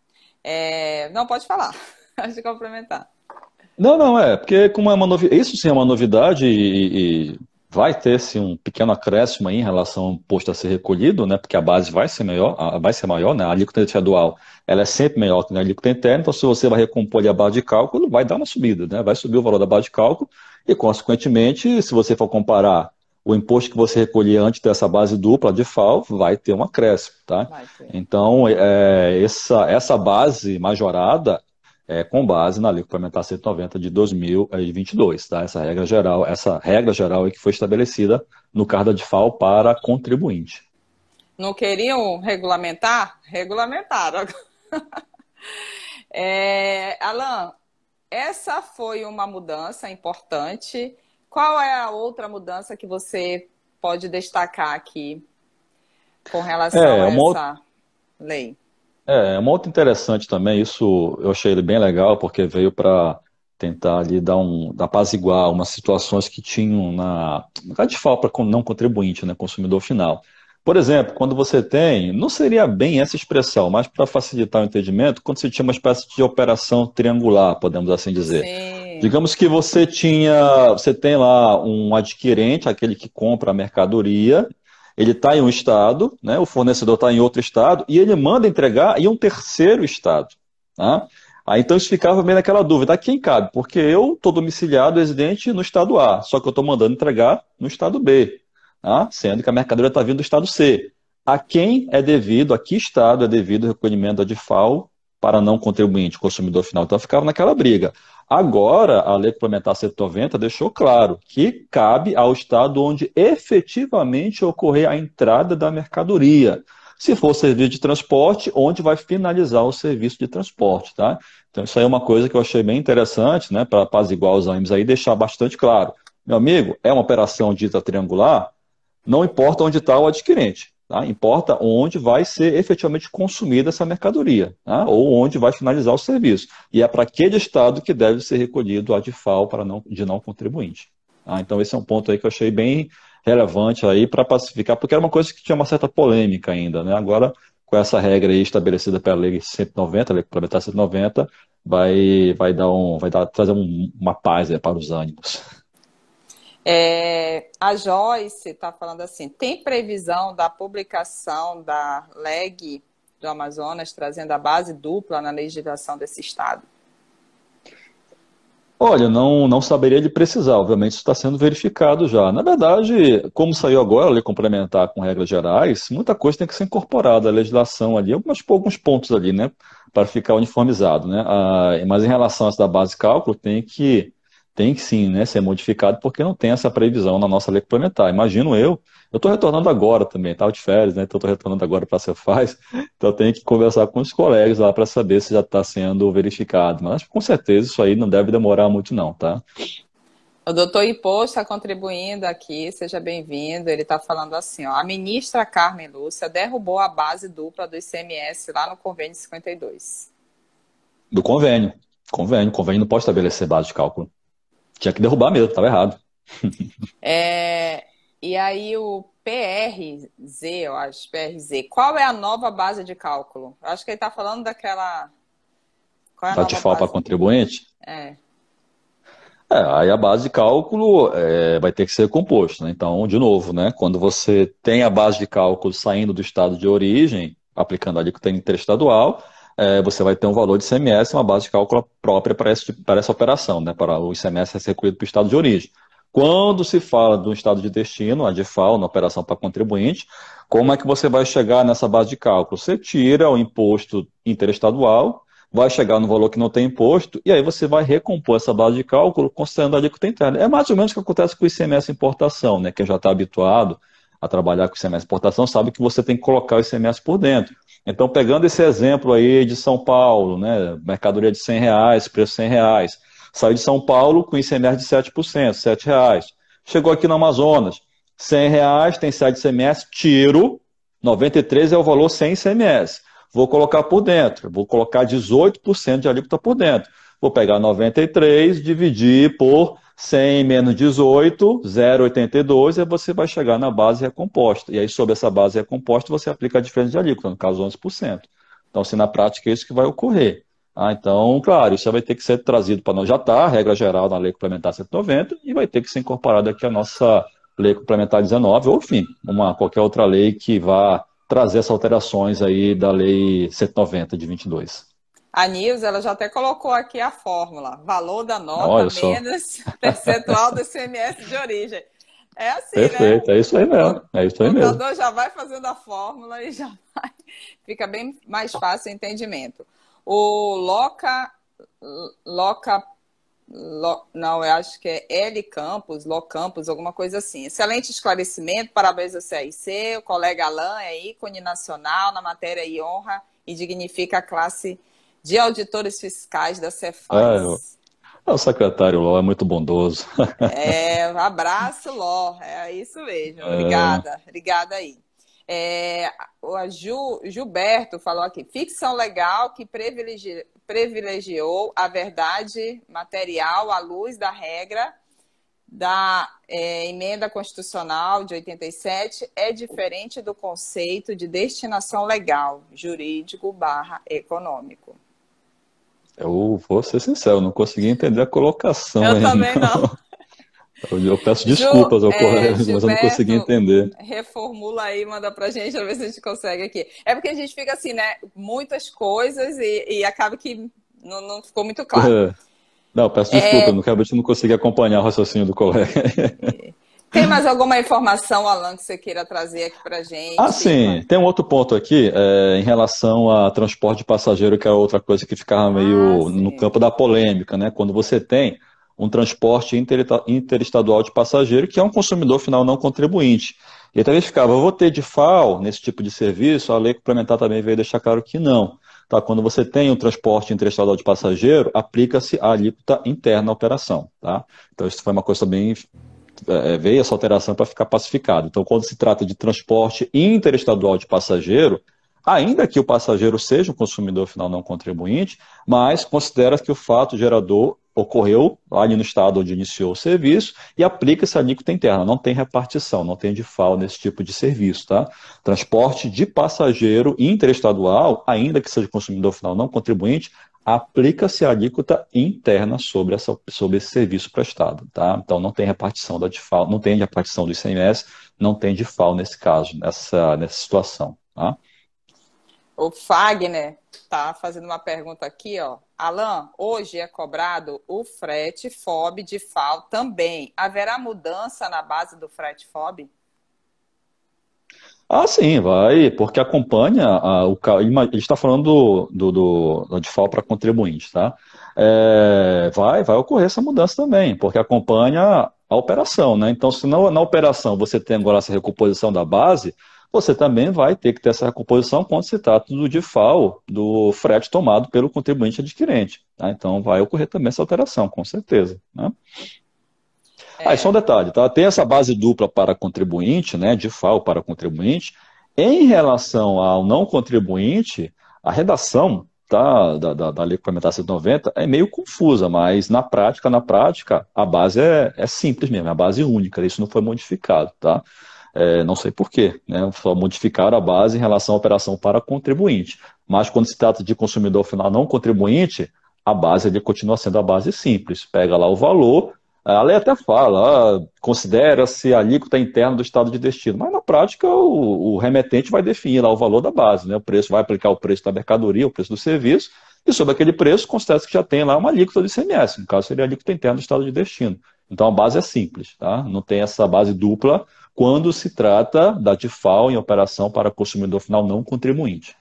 É... Não, pode falar. Acho que complementar. Não, não, é, porque como é uma novidade, isso sim é uma novidade e, e vai ter sim um pequeno acréscimo aí em relação ao imposto a ser recolhido, né? Porque a base vai ser maior, a- vai ser maior, né? A alíquota estadual, ela é sempre maior que a alíquota interna, então se você vai recompor ali a base de cálculo, vai dar uma subida, né? Vai subir o valor da base de cálculo e, consequentemente, se você for comparar o imposto que você recolhia antes dessa base dupla de F A O vai ter um acréscimo, tá? Vai ter. Então, é, essa, essa base majorada é com base na Lei Complementar cento e noventa de dois mil e vinte e dois, tá? Essa regra geral, essa regra geral aí que foi estabelecida no CARDA de F A O para contribuinte. Não queriam regulamentar? Regulamentaram. É, Alan, essa foi uma mudança importante. Qual é a outra mudança que você pode destacar aqui com relação É, a uma, essa lei? É, uma outra interessante também, isso eu achei ele bem legal, porque veio para tentar ali dar um, dar apaziguar umas situações que tinham na, na de falta para não contribuinte, né, consumidor final. Por exemplo, quando você tem, não seria bem essa expressão, mas para facilitar o entendimento, quando você tinha uma espécie de operação triangular, podemos assim dizer. Sim, Digamos que você tinha, você tem lá um adquirente, aquele que compra a mercadoria, ele está em um estado, né, o fornecedor está em outro estado, e ele manda entregar em um terceiro estado. Tá? Aí então isso ficava meio naquela dúvida, a quem cabe? Porque eu estou domiciliado, residente no estado A, só que eu estou mandando entregar no estado B, tá? Sendo que a mercadoria está vindo do estado C. A quem é devido, a que estado é devido o recolhimento da D I F A O para não contribuinte, consumidor final? Então ficava naquela briga. Agora, a Lei Complementar cento e noventa deixou claro que cabe ao Estado onde efetivamente ocorrer a entrada da mercadoria. Se for serviço de transporte, onde vai finalizar o serviço de transporte, tá? Então, isso aí é uma coisa que eu achei bem interessante, né, para apaziguar os ânimos aí, e deixar bastante claro. Meu amigo, é uma operação dita triangular, não importa onde está o adquirente, tá? Importa onde vai ser efetivamente consumida essa mercadoria, tá? Ou onde vai finalizar o serviço. E é para aquele estado que deve ser recolhido a D I F A O para não, de não contribuinte. Tá? Então esse é um ponto aí que eu achei bem relevante aí para pacificar, porque era uma coisa que tinha uma certa polêmica ainda, né? Agora, com essa regra aí estabelecida pela Lei cento e noventa, a Lei Complementar cento e noventa, vai, vai, dar um, vai dar, trazer um, uma paz aí para os ânimos. É, a Joyce está falando assim, tem previsão da publicação da L E G do Amazonas trazendo a base dupla na legislação desse estado? Olha, não, não saberia de precisar, obviamente isso está sendo verificado já. Na verdade, como saiu agora a lei complementar com regras gerais, muita coisa tem que ser incorporada à legislação ali, alguns, alguns pontos ali, né, para ficar uniformizado, né. Ah, mas em relação a essa da base de cálculo, tem que, tem que sim, né, ser modificado, porque não tem essa previsão na nossa lei complementar. Imagino eu, eu estou retornando agora também, estava de férias, né, então estou retornando agora para a Cefaz, então eu tenho que conversar com os colegas lá para saber se já está sendo verificado. Mas com certeza isso aí não deve demorar muito não, tá? O doutor Ipô está contribuindo aqui, seja bem-vindo. Ele está falando assim, ó, a ministra Carmen Lúcia derrubou a base dupla do I C M S lá no convênio cinquenta e dois. Do convênio. Convênio. Convênio não pode estabelecer base de cálculo. Tinha que derrubar mesmo, estava errado. É, e aí o P R Z, eu acho, P R Z, qual é a nova base de cálculo? Eu acho que ele está falando daquela... Qual é a Da T nova F A O para base? contribuinte. É. É, aí a base de cálculo é, vai ter que ser composto, né? Então, de novo, né? Quando você tem a base de cálculo saindo do estado de origem, aplicando a alíquota interestadual, é, você vai ter um valor de I C M S, uma base de cálculo própria para, esse, para essa operação, né? Para o I C M S ser recolhido para o estado de origem. Quando se fala do estado de destino, a D I F A O, na operação para contribuinte, como é que você vai chegar nessa base de cálculo? Você tira o imposto interestadual, vai chegar no valor que não tem imposto, e aí você vai recompor essa base de cálculo considerando a alíquota interna. É mais ou menos o que acontece com o I C M S importação, né? Quem já está habituado a trabalhar com o I C M S importação sabe que você tem que colocar o I C M S por dentro. Então, pegando esse exemplo aí de São Paulo, né? Mercadoria de cem reais, preço cem reais. Saiu de São Paulo com I C M S de sete por cento, sete reais. Chegou aqui no Amazonas, cem reais, tem sete I C M S, tiro, noventa e três é o valor sem I C M S. Vou colocar por dentro, vou colocar dezoito por cento de alíquota por dentro. Vou pegar noventa e três, dividir por cem menos dezoito, zero vírgula oitenta e dois, e você vai chegar na base recomposta. E aí, sobre essa base recomposta, você aplica a diferença de alíquota, no caso onze por cento. Então, assim, na prática, é isso que vai ocorrer. Ah, então, claro, isso vai ter que ser trazido para nós. Já está a regra geral na Lei Complementar cento e noventa e vai ter que ser incorporado aqui a nossa Lei Complementar dezenove, ou, enfim, uma, qualquer outra lei que vá trazer essas alterações aí da Lei cento e noventa de vinte e dois. A Nilza, ela já até colocou aqui a fórmula. Valor da nota Olha só. menos percentual do I C M S de origem. É assim, né? Perfeito, é isso aí O con- mesmo. É isso aí mesmo. contador já vai fazendo a fórmula e já vai. Fica bem mais fácil o entendimento. O Loca, Loca, Lo- não, eu acho que é L Campos, Lo Campos, alguma coisa assim. Excelente esclarecimento, parabéns ao C R C, o colega Alain é ícone nacional na matéria e honra e dignifica a classe de auditores fiscais da É, o Cefaz. é, o secretário lá é muito bondoso. É, abraço, Ló. É isso mesmo. É, Obrigada. Obrigada aí. É, o a Ju, Gilberto falou aqui: ficção legal que privilegi- privilegiou a verdade material à luz da regra da é, emenda constitucional de oitenta e sete é diferente do conceito de destinação legal, jurídico barra econômico. eu vou ser sincero, eu não consegui entender a colocação Eu aí, também não. não. Eu, eu peço Ju, desculpas ao é, colega, mas eu não consegui Gilberto, entender. reformula aí, manda pra gente, pra ver se a gente consegue aqui. É porque a gente fica assim, né? Muitas coisas e, e acaba que não, não ficou muito claro. É, não, peço desculpas, não realmente não consegui acompanhar o raciocínio do colega. Tem mais alguma informação, Alan, que você queira trazer aqui pra Ah, gente? sim, tem um outro ponto aqui, é, em relação a transporte de passageiro, que é outra coisa que ficava Ah, meio no sim. campo da polêmica, né? Quando você tem um transporte interesta- interestadual de passageiro, que é um consumidor final não contribuinte. E talvez ficava, eu vou ter de F A O nesse tipo de serviço, a lei complementar também veio deixar claro que não. Tá? Quando você tem um transporte interestadual de passageiro, aplica-se a alíquota interna à operação. Tá? Então, isso foi uma coisa bem é, veio essa alteração para ficar pacificado. Então, quando se trata de transporte interestadual de passageiro, ainda que o passageiro seja um consumidor final não contribuinte, mas considera que o fato gerador ocorreu ali no estado onde iniciou o serviço e aplica-se a alíquota interna. Não tem repartição, não tem de F A O nesse tipo de serviço. Tá? Transporte de passageiro interestadual, ainda que seja consumidor final não contribuinte, aplica-se a alíquota interna sobre, essa, sobre esse serviço prestado. Tá? Então, não tem repartição da D F A O, não tem repartição do I C M S, não tem D F A O nesse caso, nessa, nessa situação. Tá? O Fagner tá fazendo uma pergunta aqui, ó. Alan, hoje é cobrado o frete F O B de F A O também. Haverá mudança na base do frete F O B? Ah, sim, vai, porque acompanha a, o ca- ele está falando do, do, do, do D F A O para contribuinte, tá? É, vai, vai ocorrer essa mudança também, porque acompanha a operação, né? Então, se na, na operação você tem agora essa recomposição da base, você também vai ter que ter essa recomposição quando se trata do D F A O, do frete tomado pelo contribuinte adquirente, tá? Então, vai ocorrer também essa alteração, com certeza, né? Ah, e só um É, detalhe, tá? Tem essa base dupla para contribuinte, né, de F A O para contribuinte. Em relação ao não contribuinte, a redação, tá, da, da, da Lei Complementar cento e noventa é meio confusa, mas na prática, na prática, a base é, é simples mesmo, é a base única, isso não foi modificado, tá? É, não sei por quê, né? Só modificaram a base em relação à operação para contribuinte. Mas quando se trata de consumidor final não contribuinte, a base ali continua sendo a base simples. Pega lá o valor, a lei até fala, ah, considera-se a alíquota interna do estado de destino, mas na prática o, o remetente vai definir lá o valor da base, né? O preço vai aplicar o preço da mercadoria, o preço do serviço, e sobre aquele preço considera-se que já tem lá uma alíquota do I C M S, no caso seria a alíquota interna do estado de destino. Então a base é simples, tá? Não tem essa base dupla quando se trata da D F A O em operação para consumidor final não contribuinte.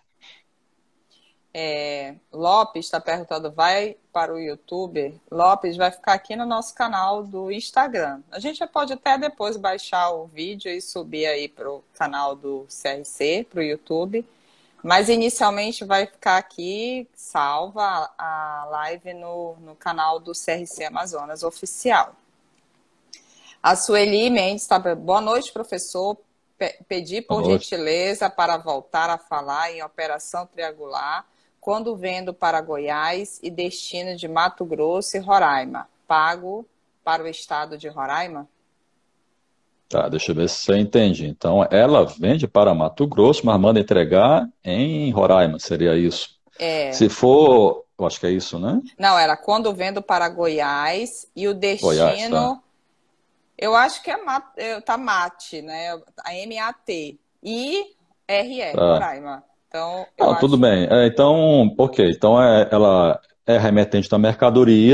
é, Lopes está perguntando, vai para o YouTube? Lopes vai ficar aqui no nosso canal do Instagram. A gente já pode até depois baixar o vídeo e subir aí para o canal do C R C, para o YouTube. Mas inicialmente vai ficar aqui, salva a live no, no canal do C R C Amazonas Oficial. A Sueli Mendes está. Boa noite, professor. Pe- Pedi Boa por noite. gentileza para voltar a falar em operação triangular quando vendo para Goiás e destino de Mato Grosso e Roraima. Pago para o estado de Roraima? Tá, deixa eu ver se você entende. Então, ela vende para Mato Grosso, mas manda entregar em Roraima, seria isso. É. Se for, eu acho que é isso, né? Não, era quando vendo para Goiás e o Goiás, tá. destino. Eu acho que é mat, é, tá mate, né? A M A T. E R E, Tá. Roraima. Então, eu Não, tudo acho. bem. É, então, ok. Então, é, ela é remetente da mercadoria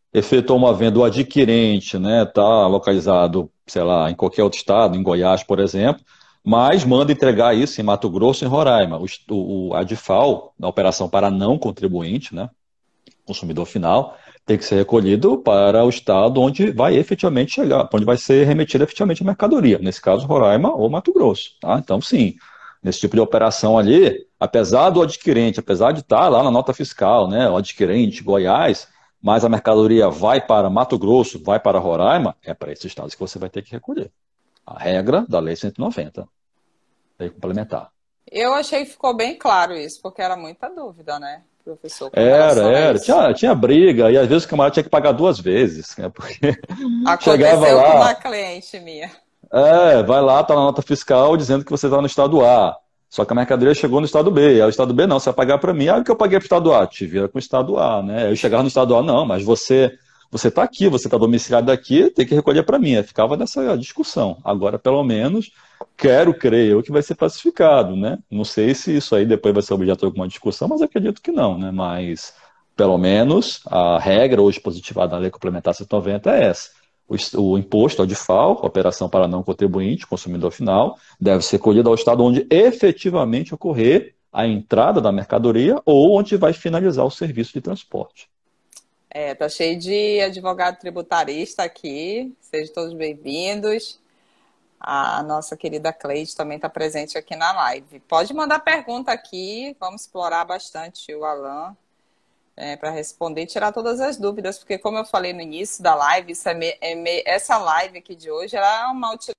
efetuou uma venda, o adquirente, né, está localizado, sei lá, em qualquer outro estado, em Goiás, por exemplo, mas manda entregar isso em Mato Grosso e em Roraima. O, o, a DIFAL, na operação para não contribuinte, né, consumidor final, tem que ser recolhido para o estado onde vai efetivamente chegar, onde vai ser remetida efetivamente a mercadoria, nesse caso Roraima ou Mato Grosso. Tá? Então, sim, nesse tipo de operação ali, apesar do adquirente, apesar de estar lá na nota fiscal, né, o adquirente Goiás, mas a mercadoria vai para Mato Grosso, vai para Roraima, é para esses estados que você vai ter que recolher. A regra da Lei cento e noventa, lei complementar. Eu achei que ficou bem claro isso, porque era muita dúvida, né, professor, com Era, relação a era. isso. Tinha, tinha briga, e às vezes o camarada tinha que pagar duas vezes, né? Porque chegava Aconteceu com uma lá, cliente minha. é, vai lá, tá na nota fiscal dizendo que você está no estado A. Só que a mercadoria chegou no estado B. Aí o estado B não, você vai pagar para mim. Ah, o que eu paguei para o estado A? Te vira com o estado A, né? Eu chegava no estado A, não, mas você você está aqui, você está domiciliado aqui, tem que recolher para mim. Aí ficava nessa discussão. Agora, pelo menos, quero crer eu que vai ser pacificado, né? Não sei se isso aí depois vai ser objeto de alguma discussão, mas acredito que não, né? Mas, pelo menos, a regra hoje positivada na Lei Complementar cento e noventa é essa. O, o imposto, a DIFAL, operação para não contribuinte, consumidor final, deve ser colhido ao estado onde efetivamente ocorrer a entrada da mercadoria ou onde vai finalizar o serviço de transporte. É, tá cheio de advogado tributarista aqui, sejam todos bem-vindos. A nossa querida Cleide também está presente aqui na live. Pode mandar pergunta aqui, vamos explorar bastante o Alan é, para responder e tirar todas as dúvidas, porque como eu falei no início da live, é me, é me, essa live aqui de hoje era uma utilização.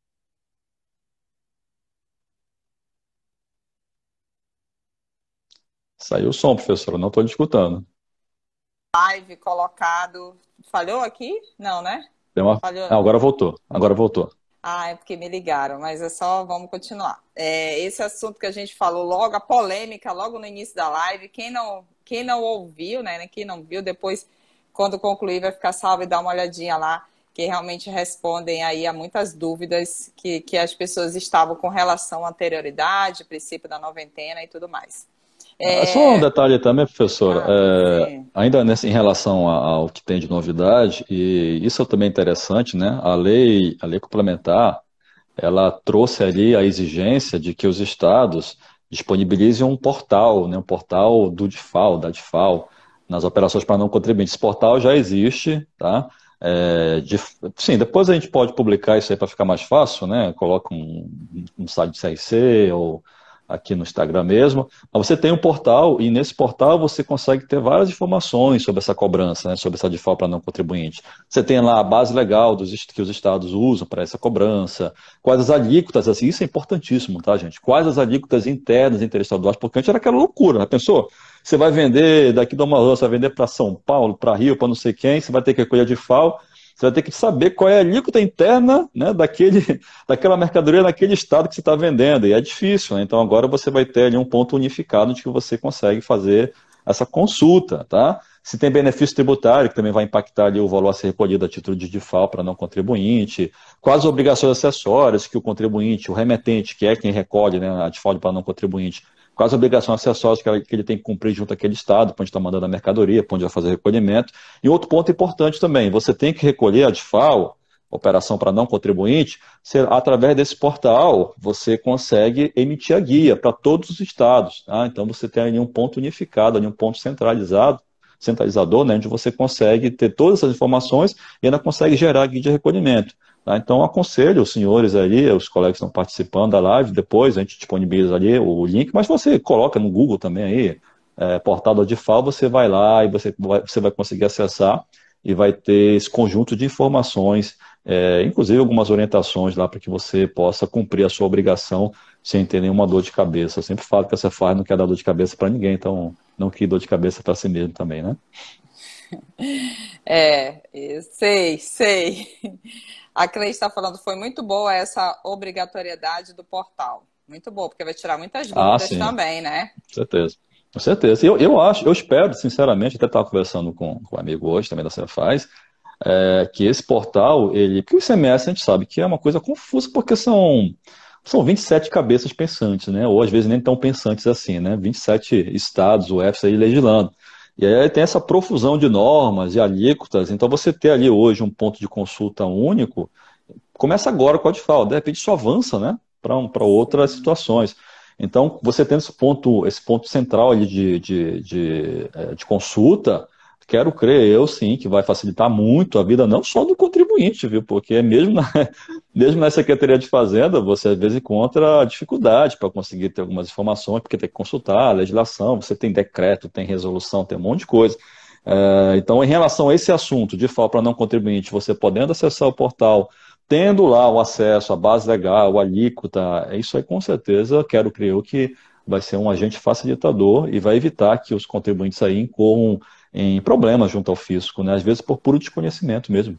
Saiu o som, professora, não estou escutando. Live colocado. Falhou aqui? Não, né? Deu uma... Falhou. Ah, agora voltou, agora voltou. Ah, é porque me ligaram, mas é só, vamos continuar. É, esse assunto que a gente falou logo, a polêmica, logo no início da live, quem não, quem não ouviu, né, quem não viu, depois, quando concluir, vai ficar salvo e dar uma olhadinha lá, que realmente respondem aí a muitas dúvidas que, que as pessoas estavam com relação à anterioridade, princípio da noventena e tudo mais. Ah, só um É... detalhe também, professora, Ah, é, sim. ainda nesse, em relação a- ao que tem de novidade, e isso é também interessante, né? A lei, a lei complementar, ela trouxe ali a exigência de que os estados disponibilizem um portal, né, um portal do DIFAL, da DIFAL, nas operações para não contribuintes. Esse portal já existe, tá? É, de- sim, depois a gente pode publicar isso aí para ficar mais fácil, né? Coloca um, um site do C R C ou aqui no Instagram mesmo. Mas você tem um portal e nesse portal você consegue ter várias informações sobre essa cobrança, né? Sobre essa DIFAL para não contribuinte. Você tem lá a base legal dos, que os estados usam para essa cobrança, quais as alíquotas, assim, isso é importantíssimo, tá, gente? Quais as alíquotas internas interestaduais, porque antes era aquela loucura, né? Pensou? Você vai vender daqui de uma rua, você vai vender para São Paulo, para Rio, para não sei quem, você vai ter que recolher de FAO, você vai ter que saber qual é a alíquota interna, né, daquele, daquela mercadoria naquele estado que você está vendendo, e é difícil, né? Então agora você vai ter ali um ponto unificado de que você consegue fazer essa consulta, tá? Se tem benefício tributário, que também vai impactar ali o valor a ser recolhido a título de DIFAL para não contribuinte, quais as obrigações acessórias que o contribuinte, o remetente, que é quem recolhe, né, a DIFAL para não contribuinte, quais as obrigações acessórias que ele tem que cumprir junto àquele estado, para onde está mandando a mercadoria, para onde vai fazer o recolhimento. E outro ponto importante também, você tem que recolher a DIFAL, operação para não contribuinte, através desse portal você consegue emitir a guia para todos os estados. Tá? Então você tem ali um ponto unificado, ali um ponto centralizado, centralizador, né, onde você consegue ter todas essas informações e ainda consegue gerar guia de recolhimento. Tá? Então, aconselho os senhores ali, os colegas que estão participando da live, depois a gente disponibiliza ali o link, mas você coloca no Google também aí, é, portal da DIFAL, você vai lá e você vai, você vai conseguir acessar e vai ter esse conjunto de informações, é, inclusive algumas orientações lá para que você possa cumprir a sua obrigação sem ter nenhuma dor de cabeça. Eu sempre falo que essa faz não quer dar dor de cabeça para ninguém, então não quer dor de cabeça para si mesmo também, né? É, eu sei, sei. A Cleide está falando, foi muito boa essa obrigatoriedade do portal. Muito boa, porque vai tirar muitas Ah, dúvidas sim, também, né? com certeza. Com certeza. Eu, eu acho, eu espero, sinceramente, até estava conversando com, com um amigo hoje também da Cefaz, é, que esse portal, ele, porque o I C M S a gente sabe que é uma coisa confusa, porque são, são vinte e sete cabeças pensantes, né? Ou às vezes nem tão pensantes assim, né? vinte e sete estados, o F aí legislando. E aí tem essa profusão de normas e alíquotas, então você ter ali hoje um ponto de consulta único, começa agora com a Adfal, de repente isso avança, né, para um, para outras Sim. situações. Então, você tendo esse ponto, esse ponto central ali de, de, de, eh, de consulta, quero crer eu sim que vai facilitar muito a vida não só do contribuinte, viu? Porque mesmo na, mesmo na Secretaria de Fazenda, você às vezes encontra dificuldade para conseguir ter algumas informações, porque tem que consultar a legislação, você tem decreto, tem resolução, tem um monte de coisa. Eh, então, em relação a esse assunto de FAO para não contribuinte, você podendo acessar o portal, tendo lá o acesso à base legal, a alíquota, é isso aí com certeza, quero crer eu que vai ser um agente facilitador e vai evitar que os contribuintes aí incorram em problemas junto ao fisco, né? Às vezes por puro desconhecimento mesmo.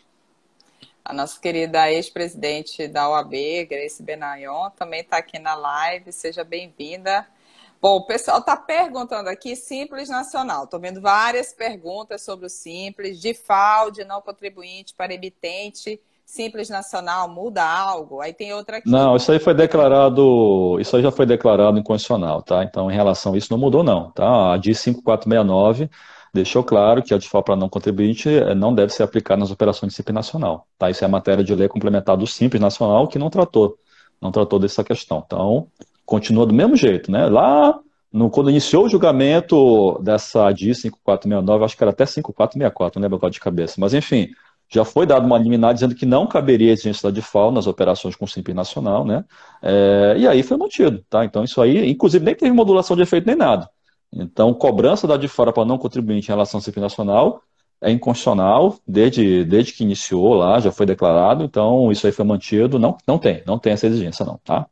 A nossa querida ex-presidente da O A B, Grace Benayon, também está aqui na live. Seja bem-vinda. Bom, o pessoal está perguntando aqui, Simples Nacional. Estou vendo várias perguntas sobre o Simples, de F A O, de não contribuinte para emitente. Simples Nacional muda algo? Aí tem outra aqui. Não, isso aí foi declarado, isso aí já foi declarado inconstitucional, tá? Então, em relação a isso, não mudou não, tá? A D I cinco quatro seis nove deixou claro que a D I F A para não contribuinte eh, não deve ser aplicada nas operações de Simples Nacional, tá? Isso é matéria de lei complementar do Simples Nacional que não tratou, não tratou dessa questão. Então, continua do mesmo jeito, né? Lá, no, quando iniciou o julgamento dessa D I cinco quatro seis nove, acho que era até cinco quatro seis quatro, não lembro agora de cabeça, mas enfim, já foi dada uma liminar dizendo que não caberia a exigência da D I F A nas operações com Simples Nacional, né? É, e aí foi mantido, tá? Então isso aí, inclusive, nem teve modulação de efeito nem nada. Então, cobrança da D I F A para não contribuinte em relação ao Simples Nacional é inconstitucional desde, desde que iniciou lá, já foi declarado, então isso aí foi mantido, não, não tem, não tem essa exigência não, tá?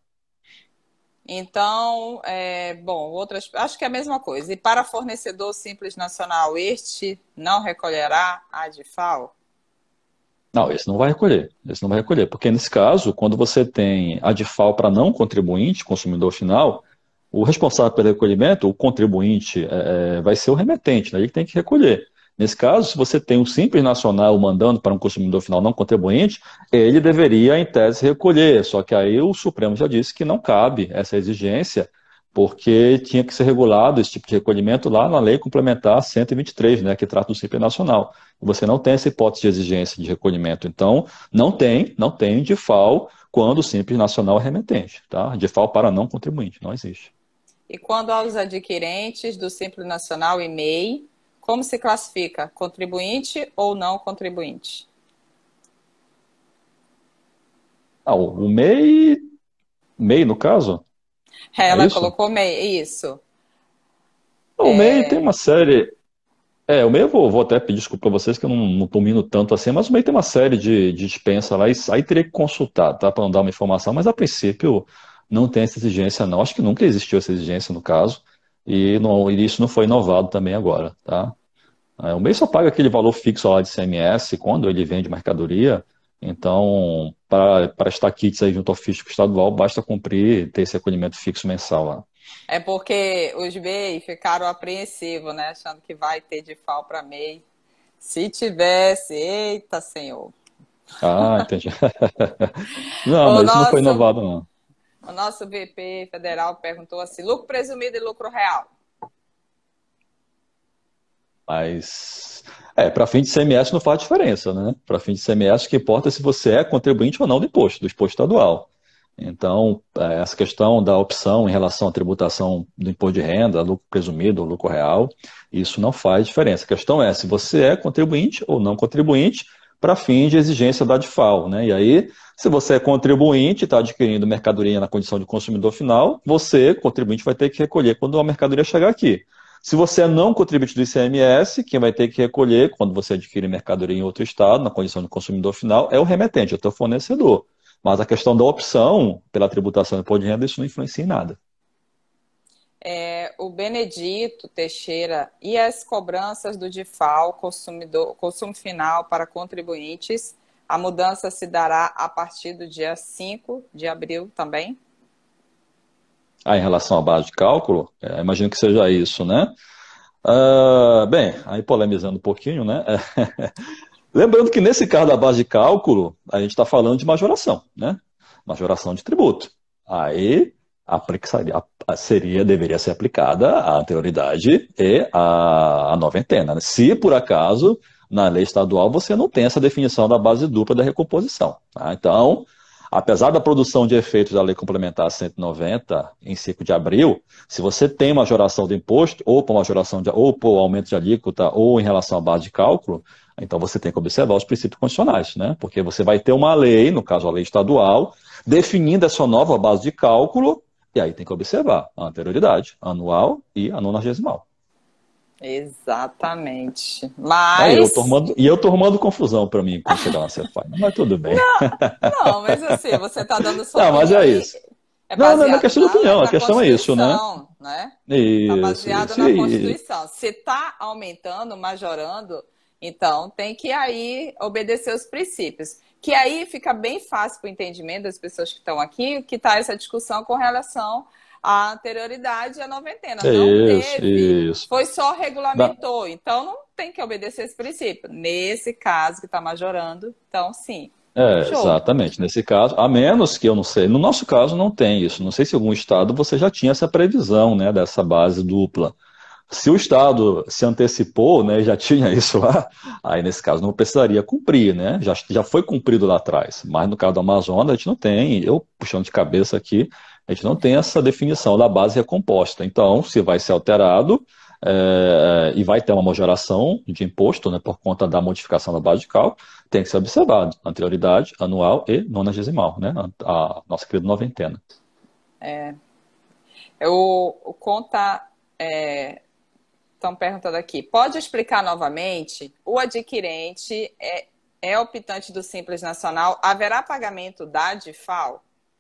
Então, é, bom, outras, acho que é a mesma coisa. E para fornecedor Simples Nacional, este não recolherá a D I F A O? Não, esse não vai recolher, esse não vai recolher, porque nesse caso, quando você tem a D I F A para não contribuinte, consumidor final, o responsável pelo recolhimento, o contribuinte, é, vai ser o remetente, né? Ele que tem que recolher. Nesse caso, se você tem um Simples Nacional mandando para um consumidor final não contribuinte, ele deveria, em tese, recolher. Só que aí o Supremo já disse que não cabe essa exigência, porque tinha que ser regulado esse tipo de recolhimento lá na Lei Complementar cento e vinte e três, né, que trata do Simples Nacional. Você não tem essa hipótese de exigência de recolhimento. Então, não tem, não tem D I F A O quando o Simples Nacional é remetente, tá? D I F A O para não contribuinte, não existe. E quando aos adquirentes do Simples Nacional e M E I, como se classifica? Contribuinte ou não contribuinte? Ah, o M E I, M E I no caso, é Ela isso? colocou M E I, isso. O M E I tem uma série. É, o M E I eu vou, vou até pedir desculpa para vocês que eu não, não domino tanto assim, mas o M E I tem uma série de, de dispensa lá, e aí teria que consultar, tá? Para não dar uma informação, mas a princípio não tem essa exigência, não. Acho que nunca existiu essa exigência no caso, e, não, e isso não foi inovado também agora, tá? É, o M E I só paga aquele valor fixo lá de I C M S quando ele vende mercadoria, então, para, para estar kits aí junto ao fisco estadual, basta cumprir, ter esse recolhimento fixo mensal lá. É porque os M E I ficaram apreensivos, né? Achando que vai ter de F A O para M E I. Se tivesse, eita senhor. Ah, entendi. Não, O mas isso não foi nosso, inovado, não. o nosso V P federal perguntou assim: lucro presumido e lucro real. Mas, é, para fim de I C M S não faz diferença, né? Para fim de I C M S, o que importa é se você é contribuinte ou não do imposto, do imposto estadual. Então, é, essa questão da opção em relação à tributação do imposto de renda, lucro presumido ou lucro real, isso não faz diferença. A questão é se você é contribuinte ou não contribuinte para fim de exigência da D I F A O, né? E aí, se você é contribuinte e está adquirindo mercadoria na condição de consumidor final, você, contribuinte, vai ter que recolher quando a mercadoria chegar aqui. Se você é não contribuinte do I C M S, quem vai ter que recolher quando você adquire mercadoria em outro estado, na condição de consumidor final, é o remetente, é o teu fornecedor. Mas a questão da opção pela tributação do imposto de renda, isso não influencia em nada. É, o Benedito Teixeira e as cobranças do D I F A O, consumidor, consumo final para contribuintes, a mudança se dará a partir do dia cinco de abril também? Ah, em relação à base de cálculo, é, imagino que seja isso, né? Ah, bem, aí polemizando um pouquinho, né? Lembrando que nesse caso da base de cálculo, a gente está falando de majoração, né? Majoração de tributo. Aí aplica- seria, seria- deveria ser aplicada a anterioridade e a, a noventena, né? Se por acaso na lei estadual você não tem essa definição da base dupla da recomposição, tá? Então, apesar da produção de efeitos da Lei Complementar cento e noventa em cinco de abril, se você tem majoração do imposto, ou por majoração de, ou por aumento de alíquota, ou em relação à base de cálculo, então você tem que observar os princípios constitucionais, né? Porque você vai ter uma lei, no caso a lei estadual, definindo essa nova base de cálculo, e aí tem que observar a anterioridade, anual e a nonagesimal. Exatamente. Aí eu tô Mas, arrumando, e eu tô arrumando confusão para mim quando chegar na Cefaz, mas tudo bem. não, mas assim, você está dando sua Não, mas opinião é e isso. é Não, não é baseado questão de na, opinião, a na questão é isso, né? Constituição, né? Está Isso, baseado isso. na E, Constituição. Se está aumentando, majorando, então tem que aí obedecer os princípios. Que aí fica bem fácil para o entendimento das pessoas que estão aqui, que está essa discussão com relação à anterioridade e à noventena. é Não isso, teve, isso. foi só Na- regulamentou. Então não tem que obedecer esse princípio. Nesse caso que está majorando, então sim. É, Show. exatamente. Nesse caso, a menos que eu não sei, no nosso caso não tem isso. Não sei se em algum estado você já tinha essa previsão, né, dessa base dupla. Se o estado se antecipou, né, já tinha isso lá, aí nesse caso não precisaria cumprir, né? Já, já foi cumprido lá atrás. Mas no caso do Amazonas a gente não tem, eu puxando de cabeça aqui, a gente não tem essa definição da base recomposta. Então, se vai ser alterado, é, e vai ter uma majoração de imposto, né, por conta da modificação da base de cálculo, tem que ser observado anterioridade, anual e nonagesimal, né? A, a nossa querida noventena. Eu, o conta estão perguntando aqui. Pode explicar novamente? O adquirente é, é optante do Simples Nacional. Haverá pagamento da DIFAL?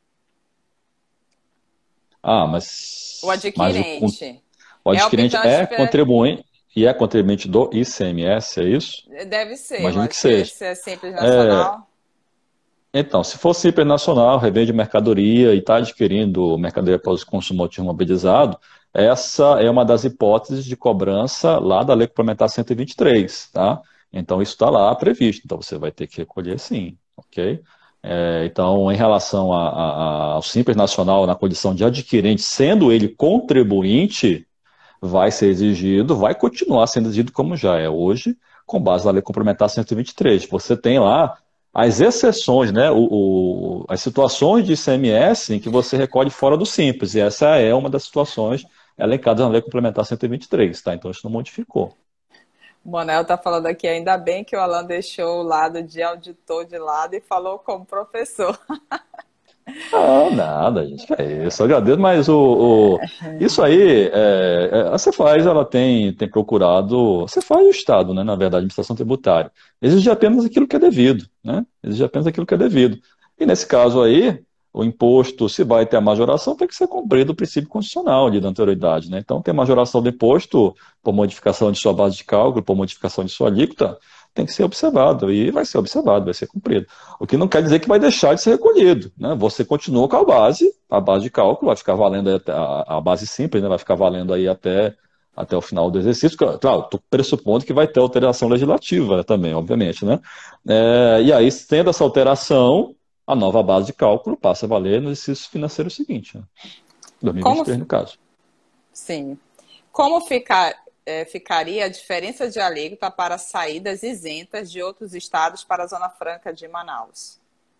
Ah, mas, O mas o, adquirente o é adquirente optante é pe- contribuinte e é contribuinte do I C M S, é isso? Deve ser, eu Imagino que acho que seja. esse é Simples É, Nacional. então, se for simples nacional, revende mercadoria e está adquirindo mercadoria para uso consumo automobilizado, essa é uma das hipóteses de cobrança lá da Lei Complementar cento e vinte e três, tá? Então, isso está lá previsto. Então, você vai ter que recolher sim, ok? É, então, em relação a- a- ao simples nacional na condição de adquirente, sendo ele contribuinte, vai ser exigido, vai continuar sendo exigido como já é hoje, com base na Lei Complementar cento e vinte e três. Você tem lá as exceções, né, o, o- as situações de I C M S em que você recolhe fora do Simples, e essa é uma das situações elencadas na Lei Complementar cento e vinte e três, tá? Então isso não modificou. O Manel está falando aqui, ainda bem que o Alan deixou o lado de auditor de lado e falou como professor. Ah, nada, gente, que é isso, eu agradeço, mas o, o- isso aí, é, é, a Cefaz, ela tem, tem procurado, a Cefaz e o Estado, né, na verdade, a administração tributária, exige apenas aquilo que é devido, né, exige apenas aquilo que é devido. E nesse caso aí, o imposto, se vai ter a majoração, tem que ser cumprido o princípio constitucional ali da anterioridade, né, então tem a majoração do imposto por modificação de sua base de cálculo, por modificação de sua alíquota, tem que ser observado, e vai ser observado, vai ser cumprido. O que não quer dizer que vai deixar de ser recolhido, né? Você continua com a base, a base de cálculo vai ficar valendo aí até, a, a base simples, né? Vai ficar valendo aí até, até o final do exercício. Claro, estou pressupondo que vai ter alteração legislativa também, obviamente, né? É, e aí, tendo essa alteração, a nova base de cálculo passa a valer no exercício financeiro seguinte, né? Como, dois mil e vinte e três, no caso. sim. Como ficar, é, ficaria a diferença de alíquota para saídas isentas de outros estados para a Zona Franca de Manaus?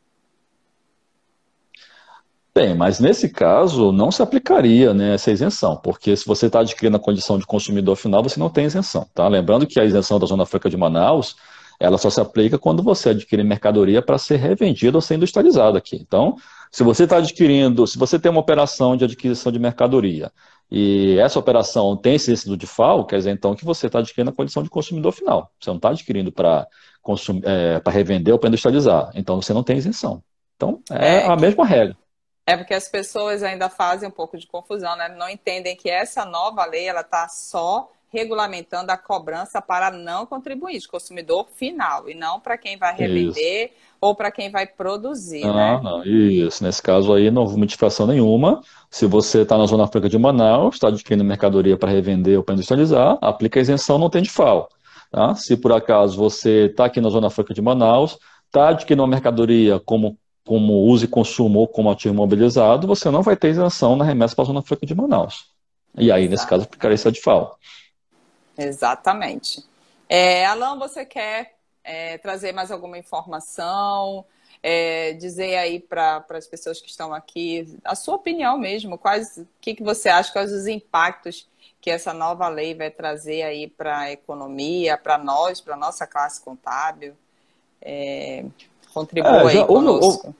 Bem, mas nesse caso não se aplicaria, né, essa isenção, porque se você está adquirindo a condição de consumidor final, você não tem isenção, tá? Lembrando que a isenção da Zona Franca de Manaus, ela só se aplica quando você adquire mercadoria para ser revendida ou ser industrializada aqui. Então, se você está adquirindo, se você tem uma operação de adquisição de mercadoria e essa operação tem esse do DIFAL, quer dizer então que você está adquirindo a condição de consumidor final. Você não está adquirindo para consum- é, para revender ou para industrializar. Então, você não tem isenção. Então, é É a que mesma regra. É porque as pessoas ainda fazem um pouco de confusão, né? Não entendem que essa nova lei ela está só regulamentando a cobrança para não contribuinte, consumidor final, e não para quem vai Isso. revender ou para quem vai produzir, Não, né? não, isso. Nesse caso aí, não houve modificação nenhuma. Se você está na Zona Franca de Manaus, está adquirindo mercadoria para revender ou para industrializar, aplica a isenção, não tem de FAO. Tá? Se por acaso você está aqui na Zona Franca de Manaus, está adquirindo uma mercadoria como como uso e consumo ou como ativo imobilizado, você não vai ter isenção na remessa para a Zona Franca de Manaus. E aí, nesse caso, Exato. aplicaria esse edital. Exatamente. É, Alan, você quer é, trazer mais alguma informação? É, dizer aí para as pessoas que estão aqui a sua opinião mesmo, quais, o que, que você acha, quais os impactos que essa nova lei vai trazer aí para a economia, para nós, para a nossa classe contábil? É, É, contribua já aí houve, houve- conosco.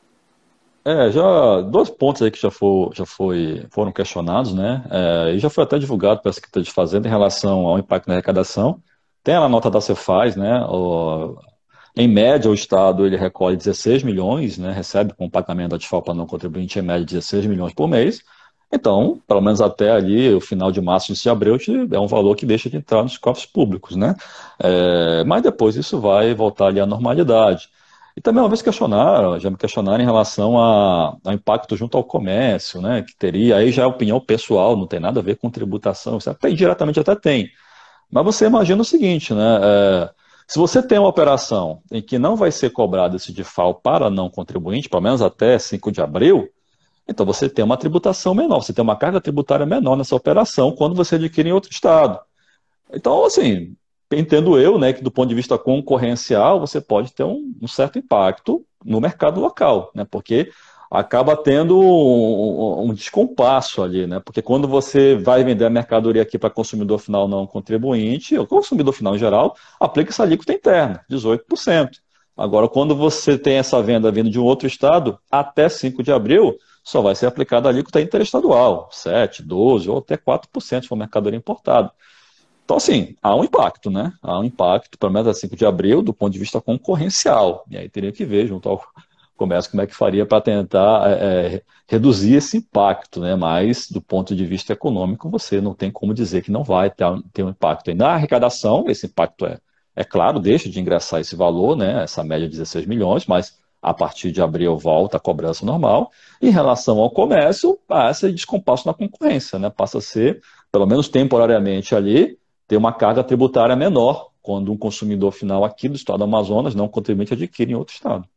é, já dois pontos aí que já, for, já foi, foram questionados, né? É, e já foi até divulgado pela Secretaria de Fazenda em relação ao impacto na arrecadação. Tem a nota da Cefaz, né? O, em média, o Estado ele recolhe dezesseis milhões, né? Recebe com pagamento da DIFAL para não contribuinte, em média, dezesseis milhões por mês. Então, pelo menos até ali, o final de março, início de abril, é um valor que deixa de entrar nos cofres públicos, né? É, mas depois isso vai voltar ali à normalidade. E também uma vez questionaram, já me questionaram em relação a, ao impacto junto ao comércio, né? Que teria, aí já é opinião pessoal, não tem nada a ver com tributação, isso até diretamente até tem. Mas você imagina o seguinte, né? É, se você tem uma operação em que não vai ser cobrado esse DIFAL para não contribuinte, pelo menos até cinco de abril, então você tem uma tributação menor, você tem uma carga tributária menor nessa operação quando você adquire em outro estado. Então, assim, entendo eu, né, que do ponto de vista concorrencial, você pode ter um, um certo impacto no mercado local, né, porque acaba tendo um, um um descompasso ali, né, porque quando você vai vender a mercadoria aqui para consumidor final não contribuinte, o consumidor final em geral, aplica essa alíquota interna, dezoito por cento. Agora, quando você tem essa venda vindo de um outro estado, até cinco de abril, só vai ser aplicada a alíquota interestadual, sete, doze ou até quatro por cento se for mercadoria importada. Então, assim, há um impacto, né? Há um impacto, pelo menos a cinco de abril, do ponto de vista concorrencial. E aí teria que ver, junto ao comércio, como é que faria para tentar é, é, reduzir esse impacto, né? Mas, do ponto de vista econômico, você não tem como dizer que não vai ter, ter um impacto. E na arrecadação, esse impacto é, é claro, deixa de ingressar esse valor, né? Essa média de dezesseis milhões, mas a partir de abril volta a cobrança normal. Em relação ao comércio, passa descompasso na concorrência, né? Passa a ser, pelo menos temporariamente ali, ter uma carga tributária menor quando um consumidor final aqui do estado do Amazonas não contribuinte adquire em outro estado.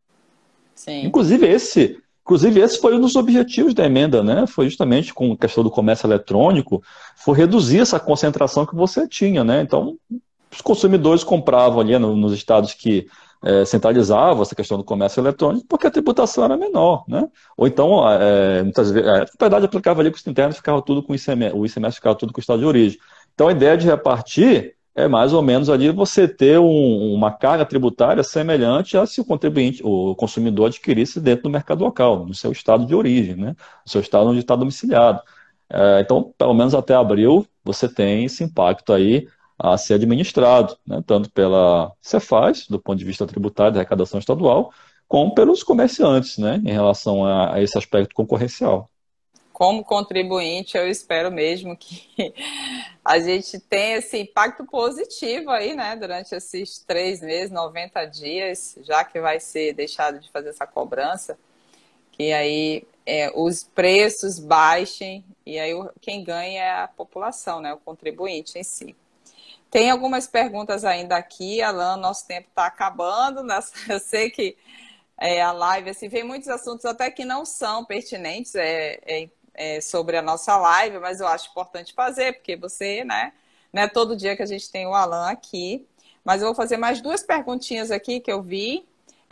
Sim. Inclusive esse, inclusive esse foi um dos objetivos da emenda, né? Foi justamente com a questão do comércio eletrônico, foi reduzir essa concentração que você tinha, né? Então, os consumidores compravam ali no, nos estados que é, centralizavam essa questão do comércio eletrônico porque a tributação era menor, né? Ou então, é, muitas vezes, é, na verdade, aplicava ali custo interno, ficava tudo com o I C M S, o I C M S ficava tudo com o estado de origem. Então, a ideia de repartir é mais ou menos ali você ter um, uma carga tributária semelhante a se o contribuinte, o consumidor adquirisse dentro do mercado local, no seu estado de origem, né? No seu estado onde está domiciliado. É, então, pelo menos até abril, você tem esse impacto aí a ser administrado, né? Tanto pela Cefaz, do ponto de vista tributário da arrecadação estadual, como pelos comerciantes, né? Em relação a, a esse aspecto concorrencial. Como contribuinte, eu espero mesmo que a gente tenha esse impacto positivo aí, né, durante esses três meses, noventa dias, já que vai ser deixado de fazer essa cobrança, que aí é, os preços baixem e aí o, quem ganha é a população, né, o contribuinte em si. Tem algumas perguntas ainda aqui, Alan, nosso tempo está acabando, né? Eu sei que é, a live, assim, vem muitos assuntos até que não são pertinentes, é, é é, sobre a nossa live, mas eu acho importante fazer, porque você, né, não é todo dia que a gente tem o Alan aqui, mas eu vou fazer mais duas perguntinhas aqui que eu vi.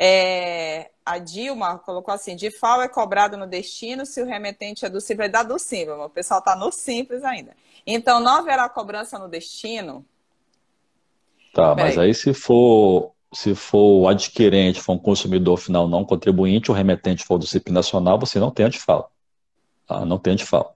É, a Dilma colocou assim, DIFAL é cobrado no destino se o remetente é do Simples, é da do Simples, o pessoal está no Simples ainda. Então, não haverá cobrança no destino? Tá, mas Peraí. aí se for, se for o adquirente, for um consumidor final não contribuinte, o remetente for do C I P Nacional, você não tem antifal. Tá? Não tem antifal.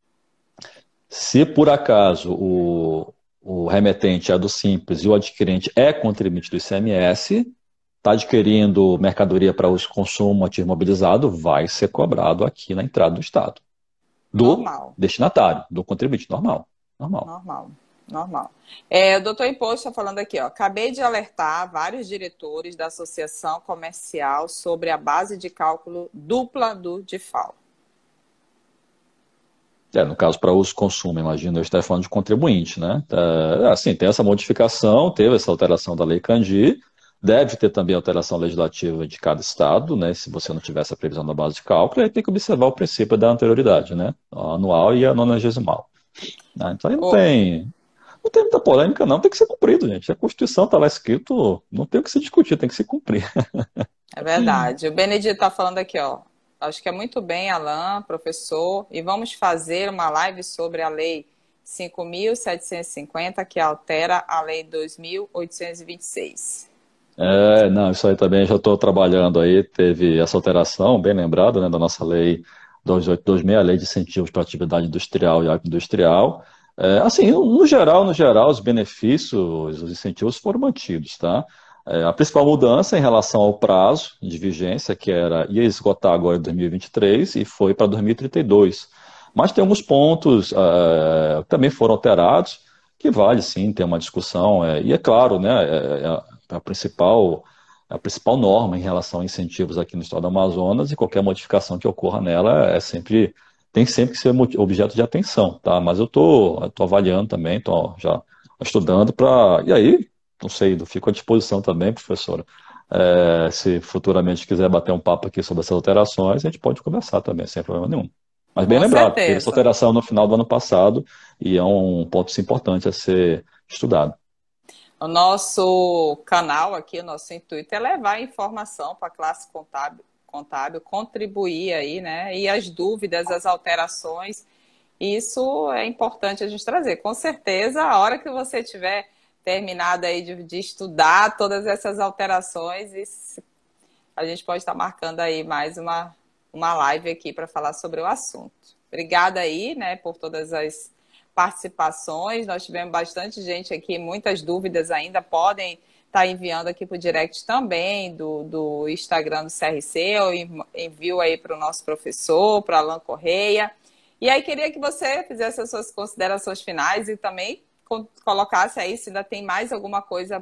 Se por acaso o, o remetente é do Simples e o adquirente é contribuinte do I C M S, está adquirindo mercadoria para uso e consumo ativo imobilizado, vai ser cobrado aqui na entrada do Estado. Do Normal. destinatário, do contribuinte, normal. Normal. Normal, normal. É, o doutor Imposto está falando aqui, ó. Acabei de alertar vários diretores da Associação Comercial sobre a base de cálculo dupla do DIFAL. É, no caso, para uso e consumo, imagina, eu estou falando de contribuinte, né? É, assim, tem essa modificação, teve essa alteração da Lei Candir, Deve ter também alteração legislativa de cada estado, né? Se você não tivesse a previsão da base de cálculo, aí tem que observar o princípio da anterioridade, né? A anual e a nonagesimal. Né? Então aí não Ô, tem, não tem muita polêmica, não. Tem que ser cumprido, gente. A Constituição está lá escrito, não tem o que se discutir, tem que se cumprir. é verdade. O Benedito está falando aqui, ó. Acho que é muito bem, Alan, professor, e vamos fazer uma live sobre a Lei cinco mil setecentos e cinquenta, que altera a Lei dois mil oitocentos e vinte e seis. É, não, isso aí também já estou trabalhando aí. Teve essa alteração, bem lembrada, né, da nossa lei dois mil oitocentos e vinte e seis, a lei de incentivos para atividade industrial e agroindustrial. É, assim, no geral, no geral, os benefícios, os incentivos foram mantidos, tá? É, a principal mudança em relação ao prazo de vigência, que era ia esgotar agora em dois mil e vinte e três e foi para dois mil e trinta e dois. Mas tem alguns pontos é, que também foram alterados, que vale sim ter uma discussão. É, e é claro, né? É, é, a principal, a principal norma em relação a incentivos aqui no estado do Amazonas, e qualquer modificação que ocorra nela é sempre, tem sempre que ser objeto de atenção, tá? Mas eu estou tô, tô avaliando também, estou já estudando para. E aí, não sei, eu fico à disposição também, professora. É, se futuramente quiser bater um papo aqui sobre essas alterações, a gente pode conversar também, sem problema nenhum. Mas bem Com lembrado, teve essa certeza. alteração no final do ano passado e é um ponto importante a ser estudado. O nosso canal aqui, o nosso intuito é levar informação para a classe contábil, contábil, contribuir aí, né? E as dúvidas, as alterações, isso é importante a gente trazer. Com certeza, a hora que você tiver terminado aí de, de estudar todas essas alterações, isso, a gente pode estar marcando aí mais uma, uma live aqui para falar sobre o assunto. Obrigada aí, né, por todas as participações. Nós tivemos bastante gente aqui, muitas dúvidas ainda podem estar enviando aqui para o direct também do, do Instagram do C R C. Eu envio aí para o nosso professor, para Alan Correia. E aí queria que você fizesse as suas considerações finais e também colocasse aí se ainda tem mais alguma coisa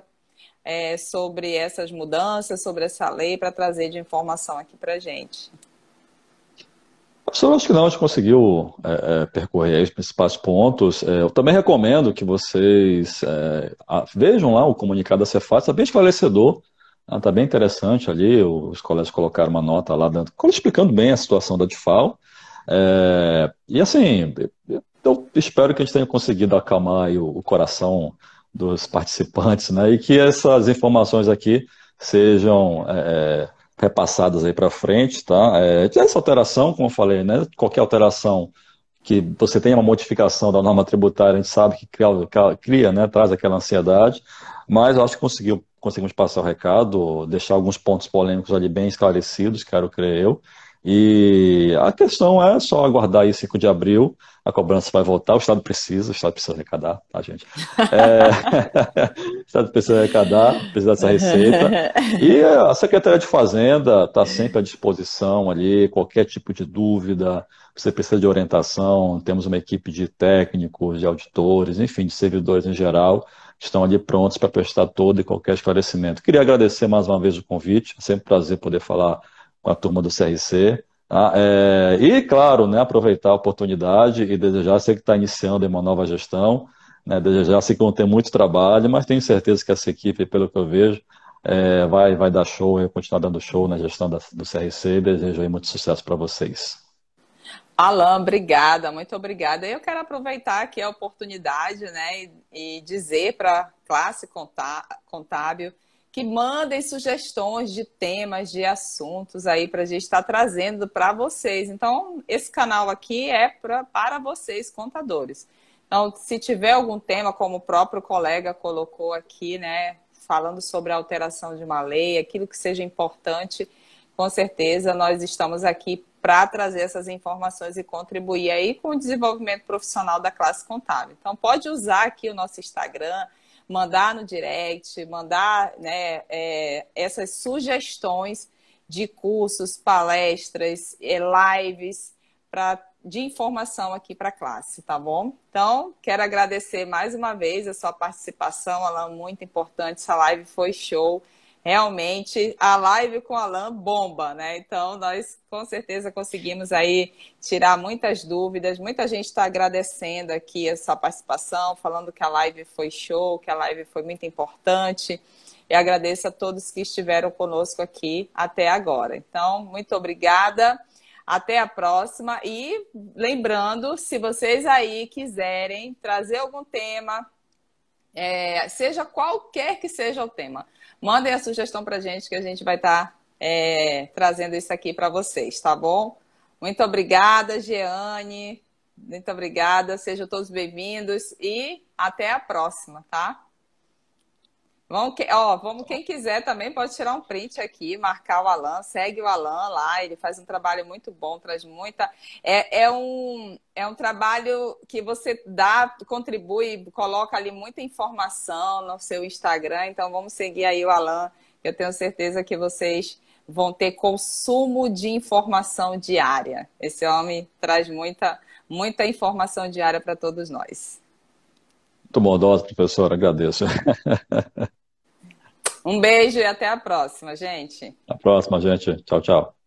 é, sobre essas mudanças, sobre essa lei, para trazer de informação aqui para a gente. Professor, acho que não, a gente conseguiu é, é, percorrer aí os principais pontos. É, eu também recomendo que vocês é, a- vejam lá o comunicado da Cefaz, está bem esclarecedor, está bem interessante ali. Os colegas colocaram uma nota lá dentro, explicando bem a situação da DIFAL. É, e assim, eu espero que a gente tenha conseguido acalmar aí o, o coração dos participantes, né? E que essas informações aqui sejam é, repassadas aí para frente, tá? É, essa alteração, como eu falei, né? Qualquer alteração que você tenha uma modificação da norma tributária, a gente sabe que cria, cria, né? Traz aquela ansiedade, mas eu acho que conseguiu, conseguimos passar o recado, deixar alguns pontos polêmicos ali bem esclarecidos, quero crer eu. E a questão é só aguardar aí cinco de abril, a cobrança vai voltar, o Estado precisa, o Estado precisa arrecadar, tá, gente? É, o Estado precisa arrecadar, precisa dessa receita. E a Secretaria de Fazenda está sempre à disposição ali, qualquer tipo de dúvida, você precisa de orientação, temos uma equipe de técnicos, de auditores, enfim, de servidores em geral, que estão ali prontos para prestar todo e qualquer esclarecimento. Queria agradecer mais uma vez o convite, é sempre um prazer poder falar com a turma do C R C. Tá? É, e, claro, né, aproveitar a oportunidade e desejar, sei que está iniciando uma nova gestão, né, desejar, sei que vão ter muito trabalho, mas tenho certeza que essa equipe, pelo que eu vejo, é, vai, vai dar show, vai continuar dando show na gestão da, do C R C e desejo aí muito sucesso para vocês. Alan, obrigada, muito obrigada. Eu quero aproveitar aqui a oportunidade, né, e, e dizer para a classe contábil que mandem sugestões de temas, de assuntos aí para a gente estar trazendo para vocês. Então, esse canal aqui é pra, para vocês, contadores. Então, se tiver algum tema, como o próprio colega colocou aqui, né, falando sobre a alteração de uma lei, aquilo que seja importante, com certeza nós estamos aqui para trazer essas informações e contribuir aí com o desenvolvimento profissional da classe contábil. Então, pode usar aqui o nosso Instagram, mandar no direct, mandar, né, é, essas sugestões de cursos, palestras, lives pra, de informação aqui para a classe, tá bom? Então, quero agradecer mais uma vez a sua participação, Alan, muito importante, essa live foi show. Realmente, a live com a Alan bomba, né? Então, nós com certeza conseguimos aí tirar muitas dúvidas. Muita gente está agradecendo aqui a sua participação, falando que a live foi show, que a live foi muito importante. e agradeço a todos que estiveram conosco aqui até agora. Então, muito obrigada, até a próxima. E lembrando, se vocês aí quiserem trazer algum tema, é, seja qualquer que seja o tema, mandem a sugestão para a gente que a gente vai estar tá, é, trazendo isso aqui para vocês, tá bom? Muito obrigada, Jeane. Muito obrigada. Sejam todos bem-vindos e até a próxima, tá? Vamos, ó, vamos, quem quiser também pode tirar um print aqui, marcar o Alan, segue o Alan lá, ele faz um trabalho muito bom, traz muita... É, é, um, é um trabalho que você dá, contribui, coloca ali muita informação no seu Instagram, então vamos seguir aí o Alan, eu tenho certeza que vocês vão ter consumo de informação diária. Esse homem traz muita, muita informação diária para todos nós. Muito bondosa, professora, agradeço. Um beijo e até a próxima, gente. Até a próxima, gente. Tchau, tchau.